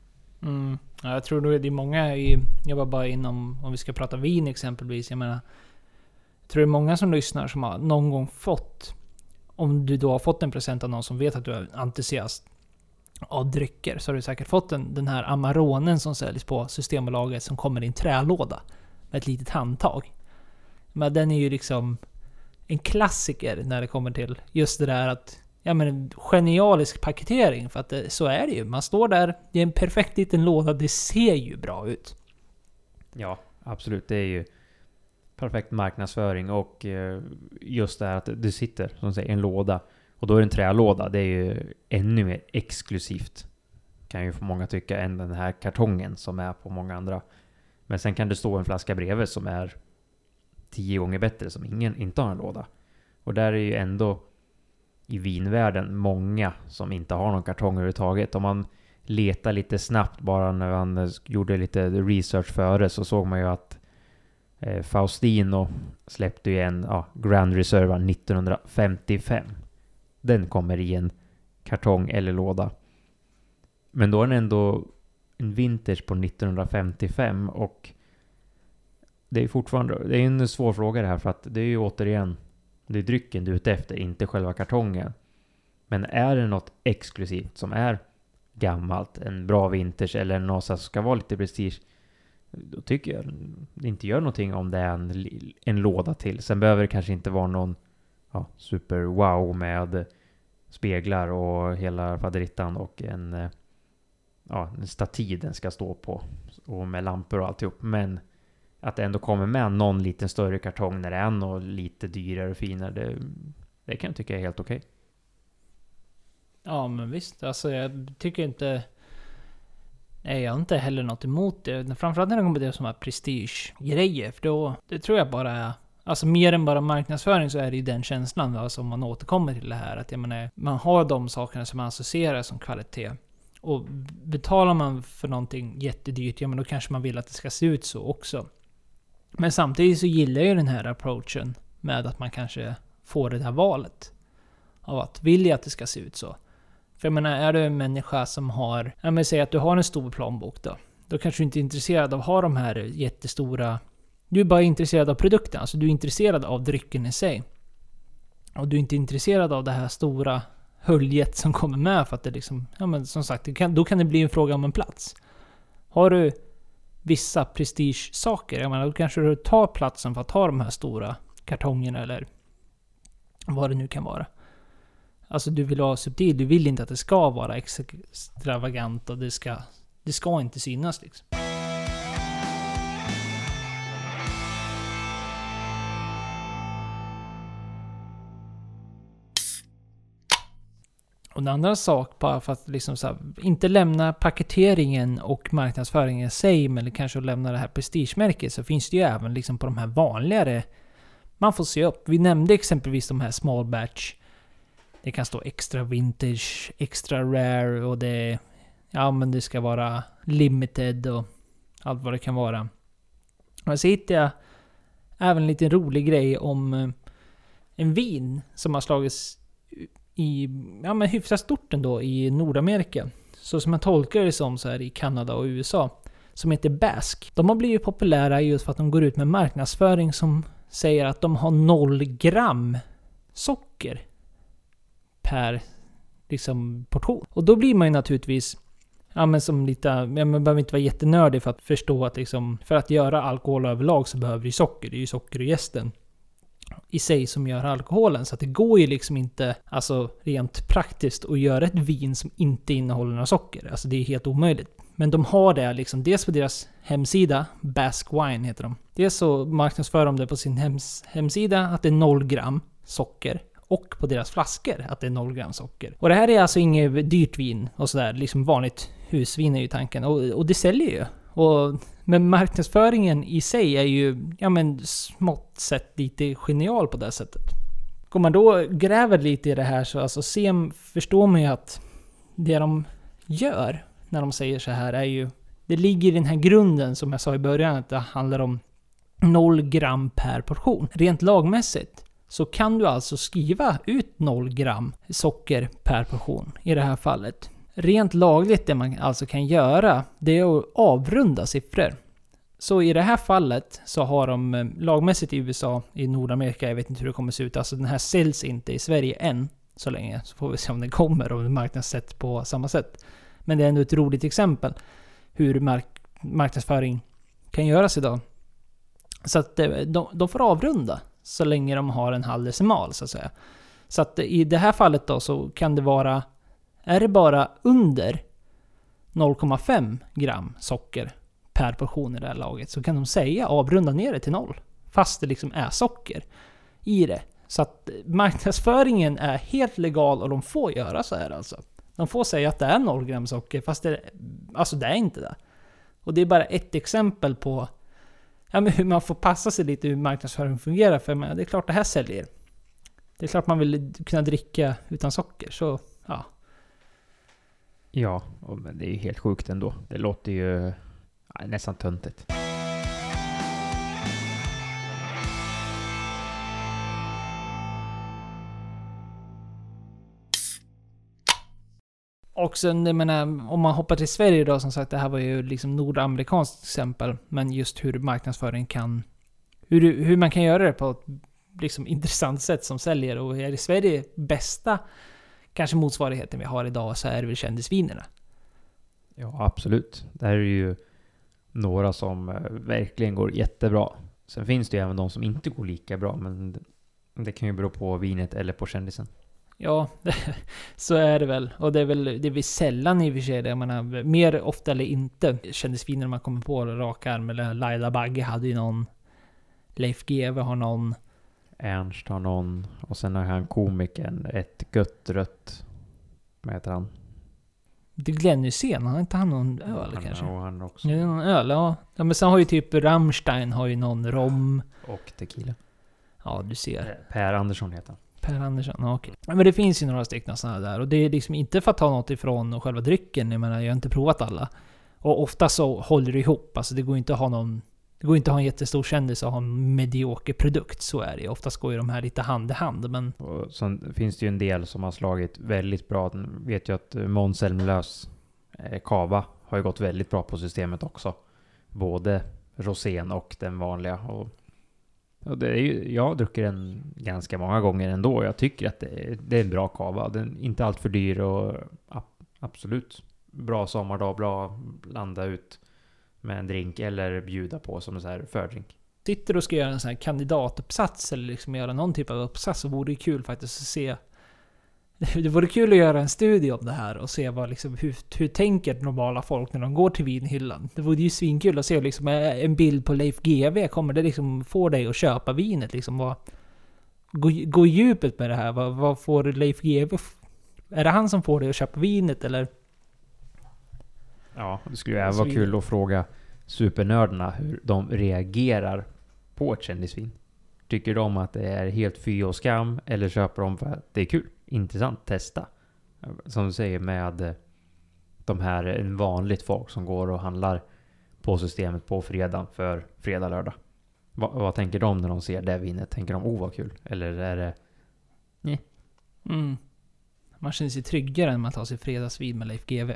Ja, jag tror nog det är många jag var bara inom, om vi ska prata vin exempelvis, jag menar, jag tror det är många som lyssnar som har någon gång fått, om du då har fått en present av någon som vet att du är entusiast av drycker, så har du säkert fått den här Amaronen som säljs på Systembolaget som kommer i en trälåda med ett litet handtag. Men den är ju liksom en klassiker när det kommer till just det där att genialisk paketering, för att så är det ju. Man står där, det är en perfekt liten låda, det ser ju bra ut. Ja, absolut. Det är ju perfekt marknadsföring och just det här att det sitter som säger en låda och då är det en trälåda. Det är ju ännu mer exklusivt, kan ju för många tycka, än den här kartongen som är på många andra. Men sen kan det stå en flaska bredvid som är 10 gånger bättre, som inte har en låda. Och där är ju ändå i vinvärlden många som inte har någon kartong överhuvudtaget. Om man letar lite snabbt bara när man gjorde lite research före, så såg man ju att Faustino släppte ju en Grand Reserve 1955. Den kommer i en kartong eller låda. Men då är den ändå en vintage på 1955 och det är fortfarande, det är en svår fråga det här, för att det är ju återigen, det är drycken du är ute efter, inte själva kartongen. Men är det något exklusivt som är gammalt, en bra vintage eller något som ska vara lite prestige, då tycker jag det inte gör någonting om det är en låda till. Sen behöver det kanske inte vara någon super wow med speglar och hela faderittan och en stativ den ska stå på och med lampor och alltihop. Men att det ändå kommer med någon liten större kartong när det är något lite dyrare och finare, det kan jag tycka är helt okej. Ja men visst, alltså jag tycker inte, nej jag har inte heller något emot det. Framförallt när det kommer till som här prestige-grejer, för då, det tror jag bara är, alltså mer än bara marknadsföring så är det ju den känslan alltså, om man återkommer till det här, att jag menar, man har de sakerna som man associerar som kvalitet. Och betalar man för någonting jättedyrt, men då kanske man vill att det ska se ut så också. Men samtidigt så gillar jag ju den här approachen med att man kanske får det här valet av att vilja att det ska se ut så. För jag menar, är du en människa som har, jag menar, säg att du har en stor plånbok då kanske du inte är intresserad av att ha de här jättestora, du är bara intresserad av produkten, alltså du är intresserad av drycken i sig. Och du är inte intresserad av det här stora höljet som kommer med för att det liksom, ja men som sagt, då kan det bli en fråga om en plats. Har du vissa prestige-saker, jag menar, då kanske du tar platsen för att ta de här stora kartongerna eller vad det nu kan vara. Alltså du vill ha subtil, du vill inte att det ska vara extravagant och det ska inte synas liksom. Och en annan sak, bara för att liksom så här, inte lämna paketeringen och marknadsföringen i sig, men kanske att lämna det här prestigemärket, så finns det ju även liksom på de här vanligare, man får se upp. Vi nämnde exempelvis de här small batch. Det kan stå extra vintage, extra rare och men det ska vara limited och allt vad det kan vara. Och så hittade jag även en liten rolig grej om en vin som har slagits hyfsat stort ändå i Nordamerika. Så som jag tolkar det som så här i Kanada och USA, som heter Bask. De har blivit populära just för att de går ut med marknadsföring som säger att de har 0 gram socker per liksom portion. Och då blir man ju naturligtvis som lite, man behöver inte vara jättenördig för att förstå att liksom, för att göra alkohol överlag så behöver du socker. Det är ju socker och jästen i sig som gör alkoholen. Så att det går ju liksom inte, alltså rent praktiskt, att göra ett vin som inte innehåller några socker. Alltså det är helt omöjligt. Men de har det liksom, dels på deras hemsida, Bask Wine heter de. Dels så marknadsför de det på sin hemsida att det är 0 gram socker. Och på deras flaskor att det är 0 gram socker. Och det här är alltså inget dyrt vin och sådär. Liksom vanligt husvin är ju tanken. Och det säljer ju. Men marknadsföringen i sig är ju smått sett lite genial på det sättet. Om man då gräver lite i det här så alltså förstår man ju att det de gör när de säger så här är ju, det ligger i den här grunden som jag sa i början, att det handlar om 0 gram per portion. Rent lagmässigt så kan du alltså skriva ut 0 gram socker per portion i det här fallet. Rent lagligt det man alltså kan göra, det är att avrunda siffror. Så i det här fallet så har de lagmässigt i USA, i Nordamerika, jag vet inte hur det kommer se ut, alltså den här säljs inte i Sverige än så länge, så får vi se om den kommer och marknadssätts på samma sätt. Men det är ändå ett roligt exempel hur marknadsföring kan göras idag. Så att de får avrunda så länge de har en halv decimal så att säga. Så att i det här fallet då så kan det vara, är det bara under 0,5 gram socker per portion i det här laget, så kan de säga avrunda ner det till 0. Fast det liksom är socker i det. Så att marknadsföringen är helt legal och de får göra så här alltså. De får säga att det är 0 gram socker fast det är inte det. Och det är bara ett exempel på hur man får passa sig lite hur marknadsföringen fungerar. För det är klart det här säljer. Det är klart man vill kunna dricka utan socker. Så ja. Ja, men det är ju helt sjukt ändå. Det låter ju nästan töntigt. Och sen, jag menar, om man hoppar till Sverige då, som sagt, det här var ju liksom nordamerikanskt exempel, men just hur marknadsföring kan, hur man kan göra det på ett liksom intressant sätt som säljer. Och är det Sverige bästa kanske motsvarigheten vi har idag, så är det väl kändisvinerna. Ja, absolut. Det här är ju några som verkligen går jättebra. Sen finns det ju även de som inte går lika bra, men det kan ju bero på vinet eller på kändisen. Ja, så är det väl. Och det är väl sällan i och för sig det. Jag menar, mer ofta eller inte kändisviner man kommer på rak arm. Eller Laila Bagge hade ju någon. Leif GW har någon. Ernst har någon. Och sen har han komikern ett göttrött. Vad heter han? Det är Glenn Hysén. Har inte han någon öl kanske? Ja, han också. Ja, någon öl, ja. Men sen har ju typ Rammstein har ju någon rom. Och tequila. Ja, du ser. Per Andersson heter han. Per Andersson, okej. Men det finns ju några stycken sådana där. Och det är liksom inte för att ta något ifrån själva drycken. Jag menar, jag har inte provat alla. Och ofta så håller det ihop. Alltså det går inte att ha någon det går inte att ha en jättestor kändis och ha en medioker produkt, så är det. Oftast går ju de här lite hand i hand, men... Och sen finns det ju en del som har slagit väldigt bra. Den vet ju att Måns Zelmerlöws kava har ju gått väldigt bra på systemet också. Både rosén och den vanliga. Och det är ju, jag dricker den ganska många gånger ändå. Jag tycker att det är en bra kava. Den är inte allt för dyr och absolut bra sommardag. Bra blanda ut med en drink eller bjuda på som en så här fördrink. Sitter och ska göra en sån här kandidatuppsats eller liksom göra någon typ av uppsats, så vore det kul faktiskt att se. Det vore kul att göra en studie om det här och se vad liksom, hur tänker normala folk när de går till vinhyllan. Det vore ju svinkul att se liksom en bild på Leif GW. Kommer det liksom få dig att köpa vinet? Liksom, gå i djupet med det här. Vad får Leif GW? Är det han som får dig att köpa vinet eller? Ja, det skulle ju även vara kul att fråga supernördarna hur de reagerar på ett kändisvin. Tycker de att det är helt fy och skam, eller köper de för att det är kul? Intressant, testa. Som du säger med de här vanligt folk som går och handlar på systemet på fredag för fredag, lördag. Vad tänker de när de ser det vinet? Tänker de, vad kul? Eller är det... Nej. Man känner sig tryggare än man tar sig fredagsvin med Leif GW.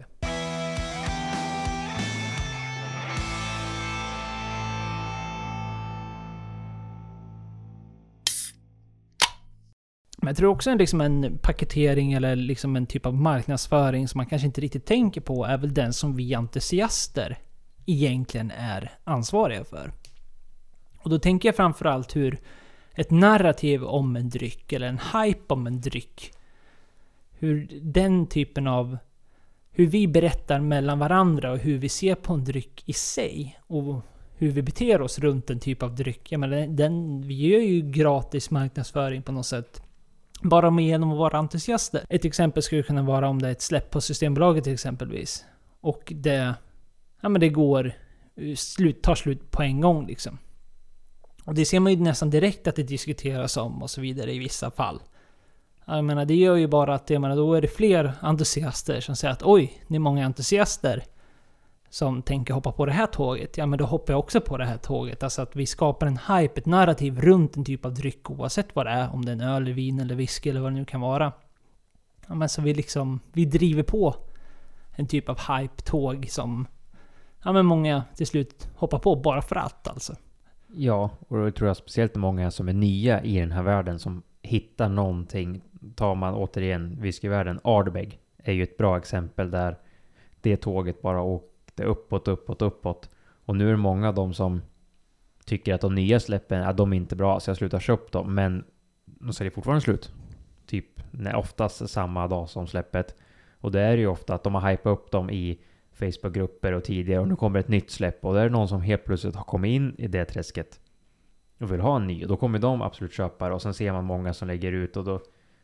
Men jag tror också liksom en paketering eller liksom en typ av marknadsföring som man kanske inte riktigt tänker på är väl den som vi entusiaster egentligen är ansvariga för. Och då tänker jag framförallt hur ett narrativ om en dryck eller en hype om en dryck, hur den typen av, hur vi berättar mellan varandra och hur vi ser på en dryck i sig och hur vi beter oss runt en typ av dryck. Jag menar, vi gör ju gratis marknadsföring på något sätt. Bara med genom att vara entusiaster. Ett exempel skulle kunna vara om det är ett släpp på Systembolaget till exempelvis. Och det går tar slut på en gång liksom. Och det ser man ju nästan direkt att det diskuteras om och så vidare i vissa fall. Jag menar, det gör ju bara att då är det fler entusiaster som säger att oj, det är många entusiaster som tänker hoppa på det här tåget. Ja, men då hoppar jag också på det här tåget. Alltså att vi skapar en hype, ett narrativ runt en typ av dryck oavsett vad det är. Om det är en öl, vin eller whisky eller vad det nu kan vara. Ja, men så vi driver på en typ av hype-tåg som många till slut hoppar på bara för att alltså. Ja, och då tror jag speciellt många som är nya i den här världen som hittar någonting. Tar man återigen whiskyvärlden, Ardbeg är ju ett bra exempel där det tåget bara åkte uppåt. Och nu är det många av dem som tycker att de nya släppen de är inte bra, så jag slutar köpa dem. Men de säger fortfarande slut. Typ oftast samma dag som släppet. Och det är ju ofta att de har hypat upp dem i Facebookgrupper och tidigare. Och nu kommer ett nytt släpp. Och det är någon som helt plötsligt har kommit in i det träsket och vill ha en ny. Och då kommer de absolut köpa det. Och sen ser man många som lägger ut. Och då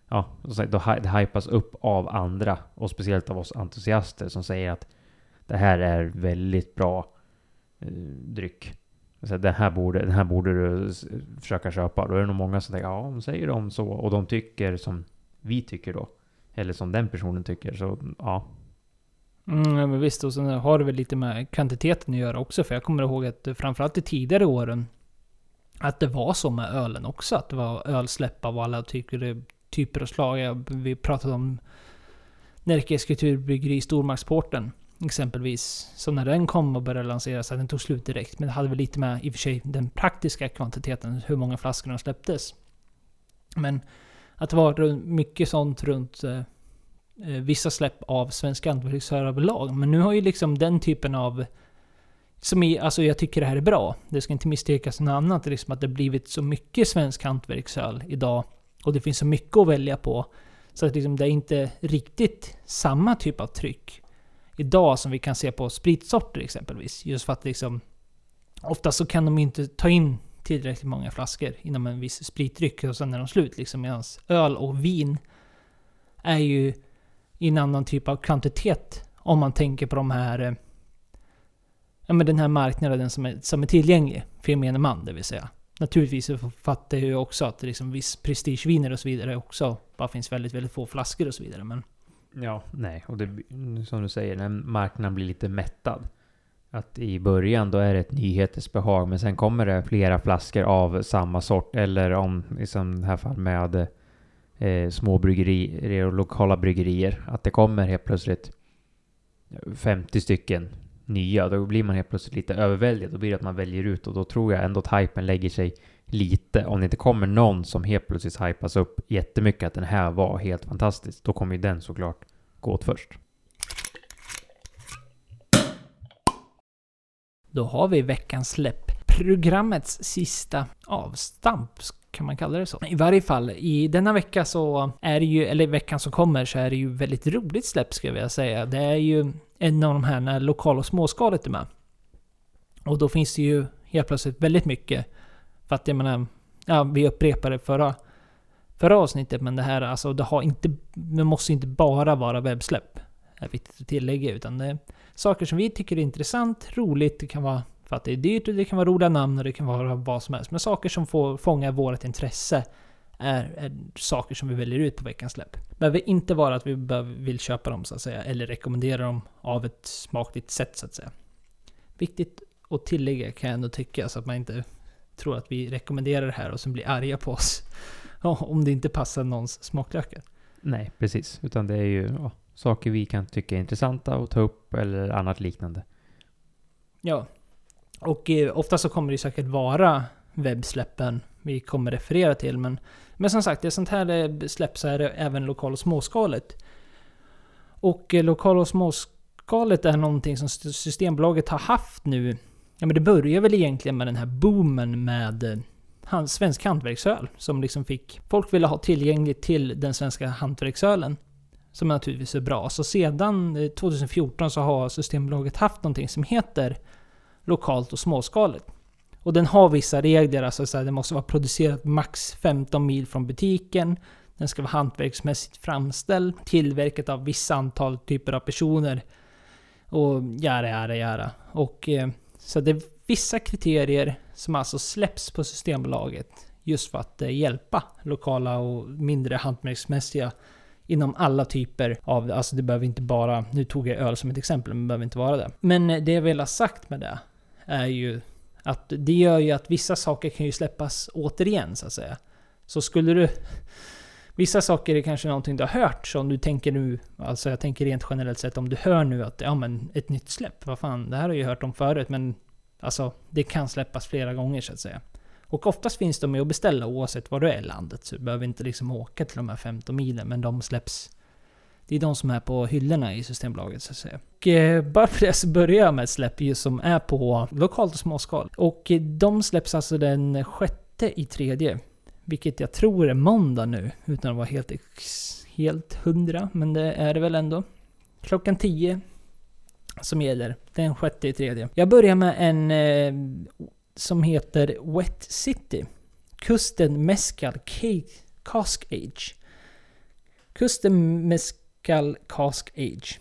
det hypas upp av andra. Och speciellt av oss entusiaster som säger att det här är väldigt bra dryck. Så den här borde du försöka köpa. Då är det nog många som tänker, de säger de så. Och de tycker som vi tycker då. Eller som den personen tycker. Så ja. Men visst, och sen har det väl lite med kvantiteten att göra också. För jag kommer ihåg att framförallt i tidigare åren att det var så med ölen också. Att det var ölsläpp av alla typer och slag. Vi pratade om Närkes kulturbryggeri Stormaktsporten exempelvis. Så när den kom och började lanseras, att den tog slut direkt. Men det hade väl lite med i och för sig den praktiska kvantiteten, hur många flaskor de släpptes. Men att det var mycket sånt runt vissa släpp av svenska hantverksöl överlag. Men nu har ju liksom den typen av alltså jag tycker det här är bra. Det ska inte misstekas något annat. Liksom att det blivit så mycket svensk hantverksöl idag. Och det finns så mycket att välja på. Så att liksom det är inte riktigt samma typ av tryck idag som vi kan se på spritsorter exempelvis. Just för att liksom ofta så kan de inte ta in tillräckligt många flaskor inom en viss spritdryck och sen är de slut liksom. Medan öl och vin är ju i en annan typ av kvantitet om man tänker på de här den här marknaden som är tillgänglig för gemene man, det vill säga. Naturligtvis så fattar jag ju också att det liksom viss prestigeviner och så vidare också bara finns väldigt, väldigt få flaskor och så vidare, men ja, nej. Och det, som du säger, när marknaden blir lite mättad, att i början då är det ett nyhetsbehag, men sen kommer det flera flaskor av samma sort, eller om i sån här fall med små bryggerier och lokala bryggerier, att det kommer helt plötsligt 50 stycken nya, då blir man helt plötsligt lite överväldigad. Då blir det att man väljer ut, och då tror jag ändå att hypen lägger sig lite. Om det inte kommer någon som helt plötsligt hypas upp jättemycket att den här var helt fantastisk, då kommer ju den såklart gå åt först. Då har vi veckans släpp. Programmets sista avstamp, kan man kalla det så. I varje fall, i denna vecka så är det ju, eller veckan som kommer, så är det ju väldigt roligt släpp, ska jag vilja säga. Det är ju en av de här när lokal- och småskaligt är med. Och då finns det ju helt plötsligt väldigt mycket. För att jag menar, ja, vi upprepade förra avsnittet, men det här, alltså det måste inte bara vara webbsläpp. Det är viktigt att tillägga, utan det är saker som vi tycker är intressant, roligt, det kan vara för att det är dyrt, och det kan vara roliga namn, och det kan vara vad som helst. Men saker som får fånga vårt intresse är saker som vi väljer ut på veckans släpp. Det behöver inte vara att vi vill köpa dem, så att säga, eller rekommendera dem av ett smakligt sätt, så att säga. Viktigt att tillägga, kan jag ändå tycka, så att man inte tror att vi rekommenderar det här och som blir arga på oss om det inte passar någons smaklökar. Nej, precis. Utan det är ju saker vi kan tycka är intressanta att ta upp eller annat liknande. Ja, och ofta så kommer det säkert vara webbsläppen vi kommer referera till. Men som sagt, det är sånt här släpp, så är det även lokal- och småskaligt. Och lokal- och småskaligt är någonting som Systembolaget har haft nu. Ja, men det börjar väl egentligen med den här boomen med svensk hantverksöl. Som liksom folk ville ha tillgängligt till den svenska hantverksölen. Som naturligtvis är bra. Så sedan 2014 så har Systembolaget haft någonting som heter lokalt och småskaligt. Och den har vissa regler, alltså så här, det måste vara producerat max 15 mil från butiken. Den ska vara hantverksmässigt framställd, tillverkat av vissa antal typer av personer. Och göra. Och så det är vissa kriterier som alltså släpps på Systembolaget just för att hjälpa lokala och mindre hantverksmässiga inom alla typer av, alltså det behöver inte bara, nu tog jag öl som ett exempel, men det behöver inte vara det. Men det jag vill ha sagt med det är ju att det gör ju att vissa saker kan ju släppas återigen, så att säga. Så skulle du, vissa saker är kanske någonting du har hört, så om du tänker nu, alltså jag tänker rent generellt sett, om du hör nu att ja men ett nytt släpp, vad fan, det här har jag ju hört om förut, men alltså det kan släppas flera gånger, så att säga. Och oftast finns de med att beställa oavsett var du är i landet, så du behöver inte liksom åka till de här 15 milen, men de släpps, det är de som är på hyllorna i Systembolaget, så att säga. Och bara för det så börjar jag med ett släpp som är på lokalt och småskal. Och de släpps alltså den 6/3, vilket jag tror är måndag nu, utan att vara helt 100, men det är det väl ändå. Klockan 10 som gäller, den 6/3. Jag börjar med en som heter Wet City. Custom Mezcal Cask Age. Custom Mezcal Cask Age.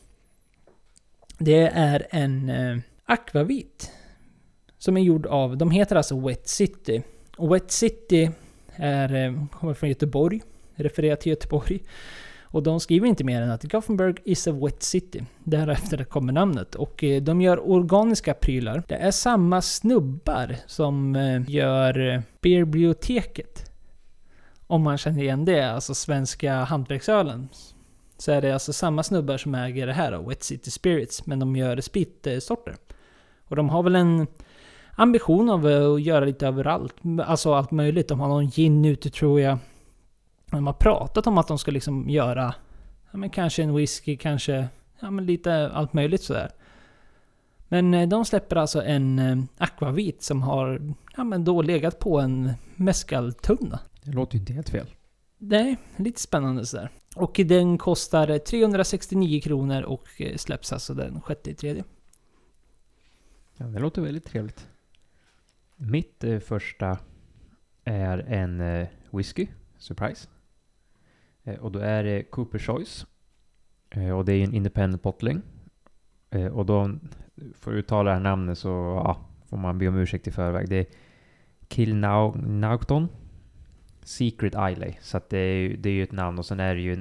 Det är en akvavit som är gjord av, de heter alltså Wet City. Och Wet City kommer från Göteborg, refererar till Göteborg. Och de skriver inte mer än att Gothenburg is a wet city. Därefter kommer namnet. Och de gör organiska prylar. Det är samma snubbar som gör Beerbiblioteket. Om man känner igen det, alltså svenska hantverksölen. Så är det alltså samma snubbar som äger det här då, Wet City Spirits. Men de gör spritsorter. Och de har väl en ambition av att göra lite överallt. Alltså allt möjligt. De har någon gin ute, tror jag. De har pratat om att de ska liksom göra, ja, men kanske en whisky, kanske ja, men lite allt möjligt sådär. Men de släpper alltså en akvavit som har då legat på en mescaltunna. Det låter ju inte helt fel. Nej, lite spännande sådär. Och den kostar 369 kronor och släpps alltså den 6/3. Ja, det låter väldigt trevligt. Mitt första är en whisky. Surprise. Och då är det Cooper Choice. Och det är en independent bottling. Och då får du uttala det här namnet, så får man be om ursäkt i förväg. Det är Kilnaughton Secret Islay. Så att det är ju ett namn. Och sen är det ju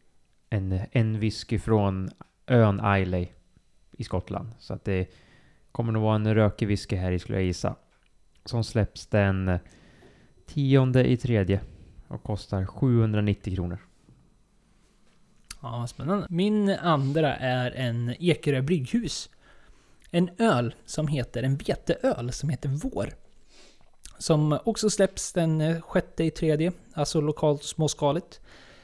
en whisky från ön Islay i Skottland. Så att det kommer nog vara en rökig whisky här skulle jag gissa. Som släpps den 10/3 och kostar 790 kronor. Ja, spännande. Min andra är en Ekerö Brygghus. En öl som heter, en veteöl som heter Vår. Som också släpps den 6/3, alltså lokalt småskaligt.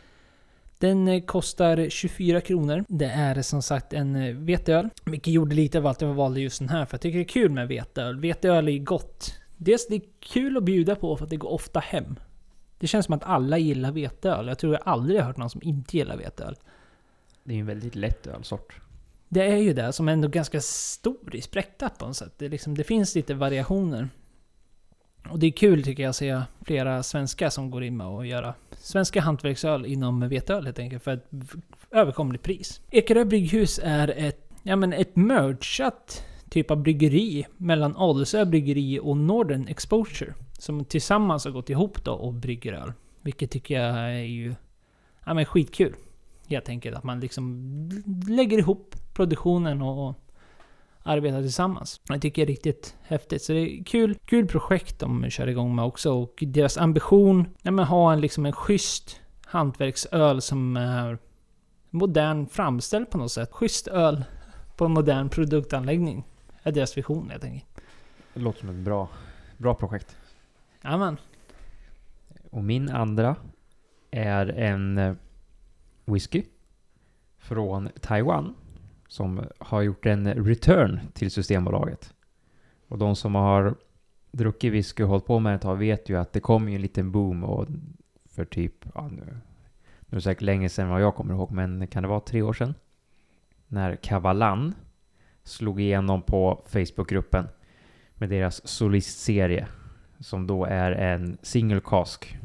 Den kostar 24 kronor. Det är som sagt en veteöl. Vilket gjorde lite av att jag valde just den här, för jag tycker det är kul med veteöl. Veteöl är gott. Dels det är kul att bjuda på för att det går ofta hem. Det känns som att alla gillar veteöl. Jag tror jag aldrig har hört någon som inte gillar veteöl. Det är ju en väldigt lätt ölsort. Det är ju det, som ändå ganska stor i spräcktapp på något sätt. Det finns lite variationer. Och det är kul tycker jag att se flera svenskar som går in med att göra svenska hantverksöl inom veteöl helt enkelt för ett överkomligt pris. Ekerö Brygghus är ett mergat typ av bryggeri mellan Adelsö bryggeri och Northern Exposure som tillsammans har gått ihop då och brygger öl. Vilket tycker jag är ju skitkul. Jag tänker att man liksom lägger ihop produktionen och arbetar tillsammans. Jag tycker det är riktigt häftigt. Så det är kul projekt de kör igång med också. Och deras ambition är att ha en schysst hantverksöl som är modern framställd på något sätt. Schysst öl på en modern produktanläggning är deras vision, jag tänker. Det låter som ett bra projekt. Amen. Och min andra är en whisky från Taiwan som har gjort en return till Systembolaget. Och de som har druckit whisky och hållit på med det ett tag vet ju att det kom ju en liten boom och för typ, nu är det säkert länge sedan vad jag kommer ihåg, men kan det vara 3 år sedan? När Kavalan slog igenom på Facebookgruppen med deras solistserie som då är en single cask.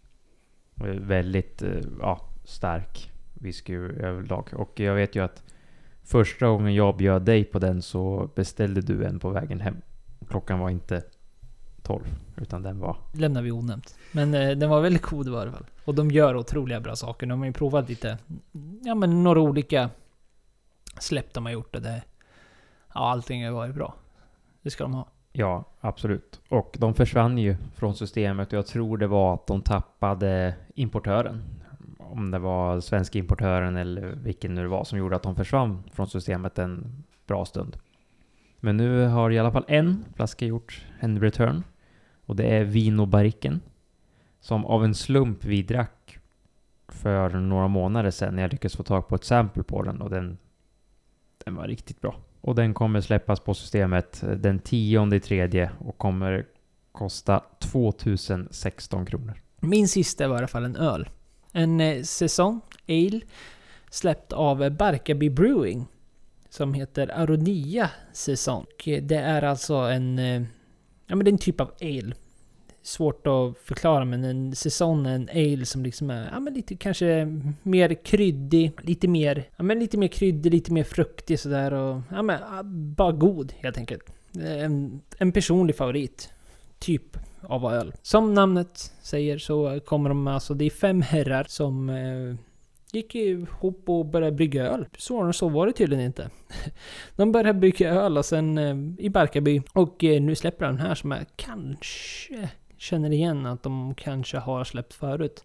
Väldigt stark whisky överlag. Och jag vet ju att första gången jag bjöd dig på den så beställde du en på vägen hem. Klockan var inte 12 utan den var... Lämnar vi onämnt. Men den var väldigt god i varje fall. Och de gör otroliga bra saker. De har ju provat lite, några olika släpp de har gjort. Och allting har varit bra. Det ska de ha. Ja, absolut. Och de försvann ju från systemet och jag tror det var att de tappade importören. Om det var svenska importören eller vilken nu det var som gjorde att de försvann från systemet en bra stund. Men nu har i alla fall en flaska gjort en return. Och det är Vinobarriken. Som av en slump vi drack för några månader sedan när jag lyckades få tag på ett sample på den. Och den var riktigt bra. Och den kommer släppas på systemet den 10/3 och kommer kosta 2016 kronor. Min sista var i alla fall en öl. En säsong ale släppt av Barkarby Brewing som heter Aronia säsong. Det är alltså det är en typ av ale. Svårt att förklara, men en säsong är en ale som liksom är lite kanske mer kryddig, lite mer kryddig, lite mer fruktig sådär och bara god helt enkelt. En personlig favorit typ av öl. Som namnet säger så kommer de det är 5 herrar som gick ihop och började brygga öl. Så var det tydligen inte. De började brygga öl och sen i Barkarby och nu släpper de den här som jag kanske känner igen att de kanske har släppt förut.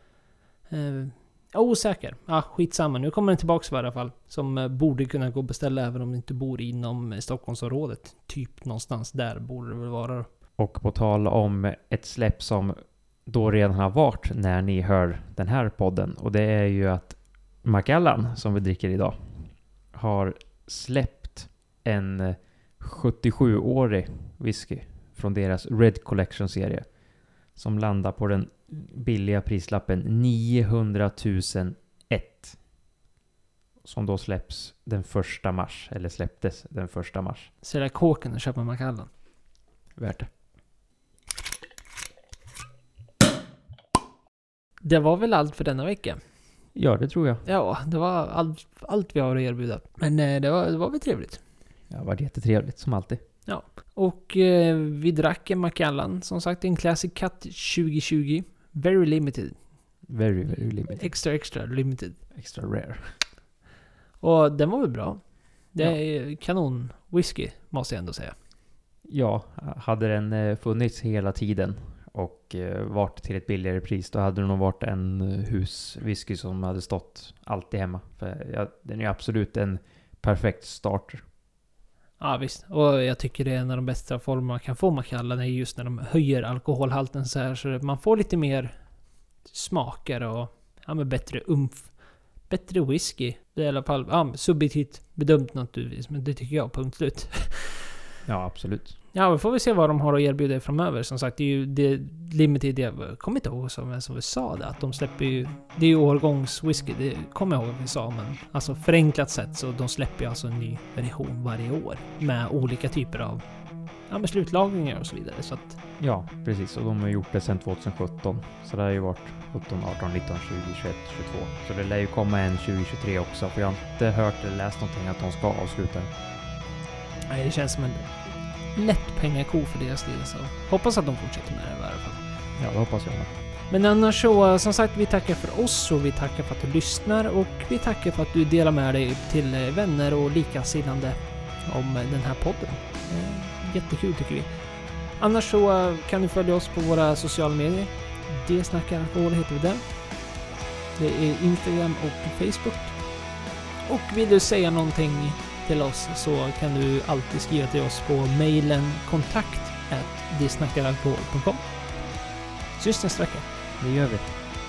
Osäker. Skitsamma. Nu kommer den tillbaka i alla fall. Som borde kunna gå och beställa även om du inte bor inom Stockholmsområdet. Typ någonstans där borde det väl vara. Och på tal om ett släpp som då redan har varit när ni hör den här podden. Och det är ju att Macallan som vi dricker idag har släppt en 77-årig whisky från deras Red Collection-serie. Som landar på den billiga prislappen 900 001. Som då släpps den 1 mars. Eller släpptes den 1 mars. Sälja kåken och köpa Macallan. Värt det. Det var väl allt för denna vecka. Ja, det tror jag. Ja, det var allt vi har att erbjuda. Men det var väl trevligt. Ja, det var jättetrevligt som alltid. Ja, och vi drack en Macallan. Som sagt, en Classic Cut 2020. Very limited. Very, very limited. Extra limited. Extra rare. Och den var väl bra. Det är kanon whisky, måste jag ändå säga. Ja, hade den funnits hela tiden och varit till ett billigare pris, då hade det nog varit en huswhisky som hade stått alltid hemma. För den är absolut en perfekt starter. Ja visst, och jag tycker det är en av de bästa former man kan få Macallan är just när de höjer alkoholhalten så här, så man får lite mer smaker och med bättre umf. Bättre whisky. Det är i alla fall subjektivt bedömt naturligtvis, men det tycker jag, punkt slut. Ja, absolut. Ja, vi får väl se vad de har att erbjuda framöver. Som sagt, det är ju det Limited, jag kommer inte ihåg som vi sa det, att de släpper ju, det är ju årgångswhisky, det kommer jag ihåg att vi sa, men alltså förenklat sett så de släpper ju alltså en ny version varje år med olika typer av med slutlagringar och så vidare. Så att, ja, precis. Och de har gjort det sedan 2017. Så det har ju varit 17, 18, 19, 20, 21, 22. Så det lär ju komma en 2023 också. För jag har inte hört eller läst någonting att de ska avsluta. Nej, det känns som en lätt pengako för deras del. Så hoppas att de fortsätter med det i alla fall. Ja, det hoppas jag med. Men annars så, som sagt, vi tackar för oss och vi tackar för att du lyssnar och vi tackar för att du delar med dig till vänner och likasinnande om den här podden. Jättekul tycker vi. Annars så kan du följa oss på våra sociala medier. Det snackar alkohol heter vi där. Det är Instagram och Facebook. Och vill du säga någonting till oss så kan du alltid skriva till oss på mailen kontakt@desnackaralkohol.com. Syns nästa vecka. Det gör vi.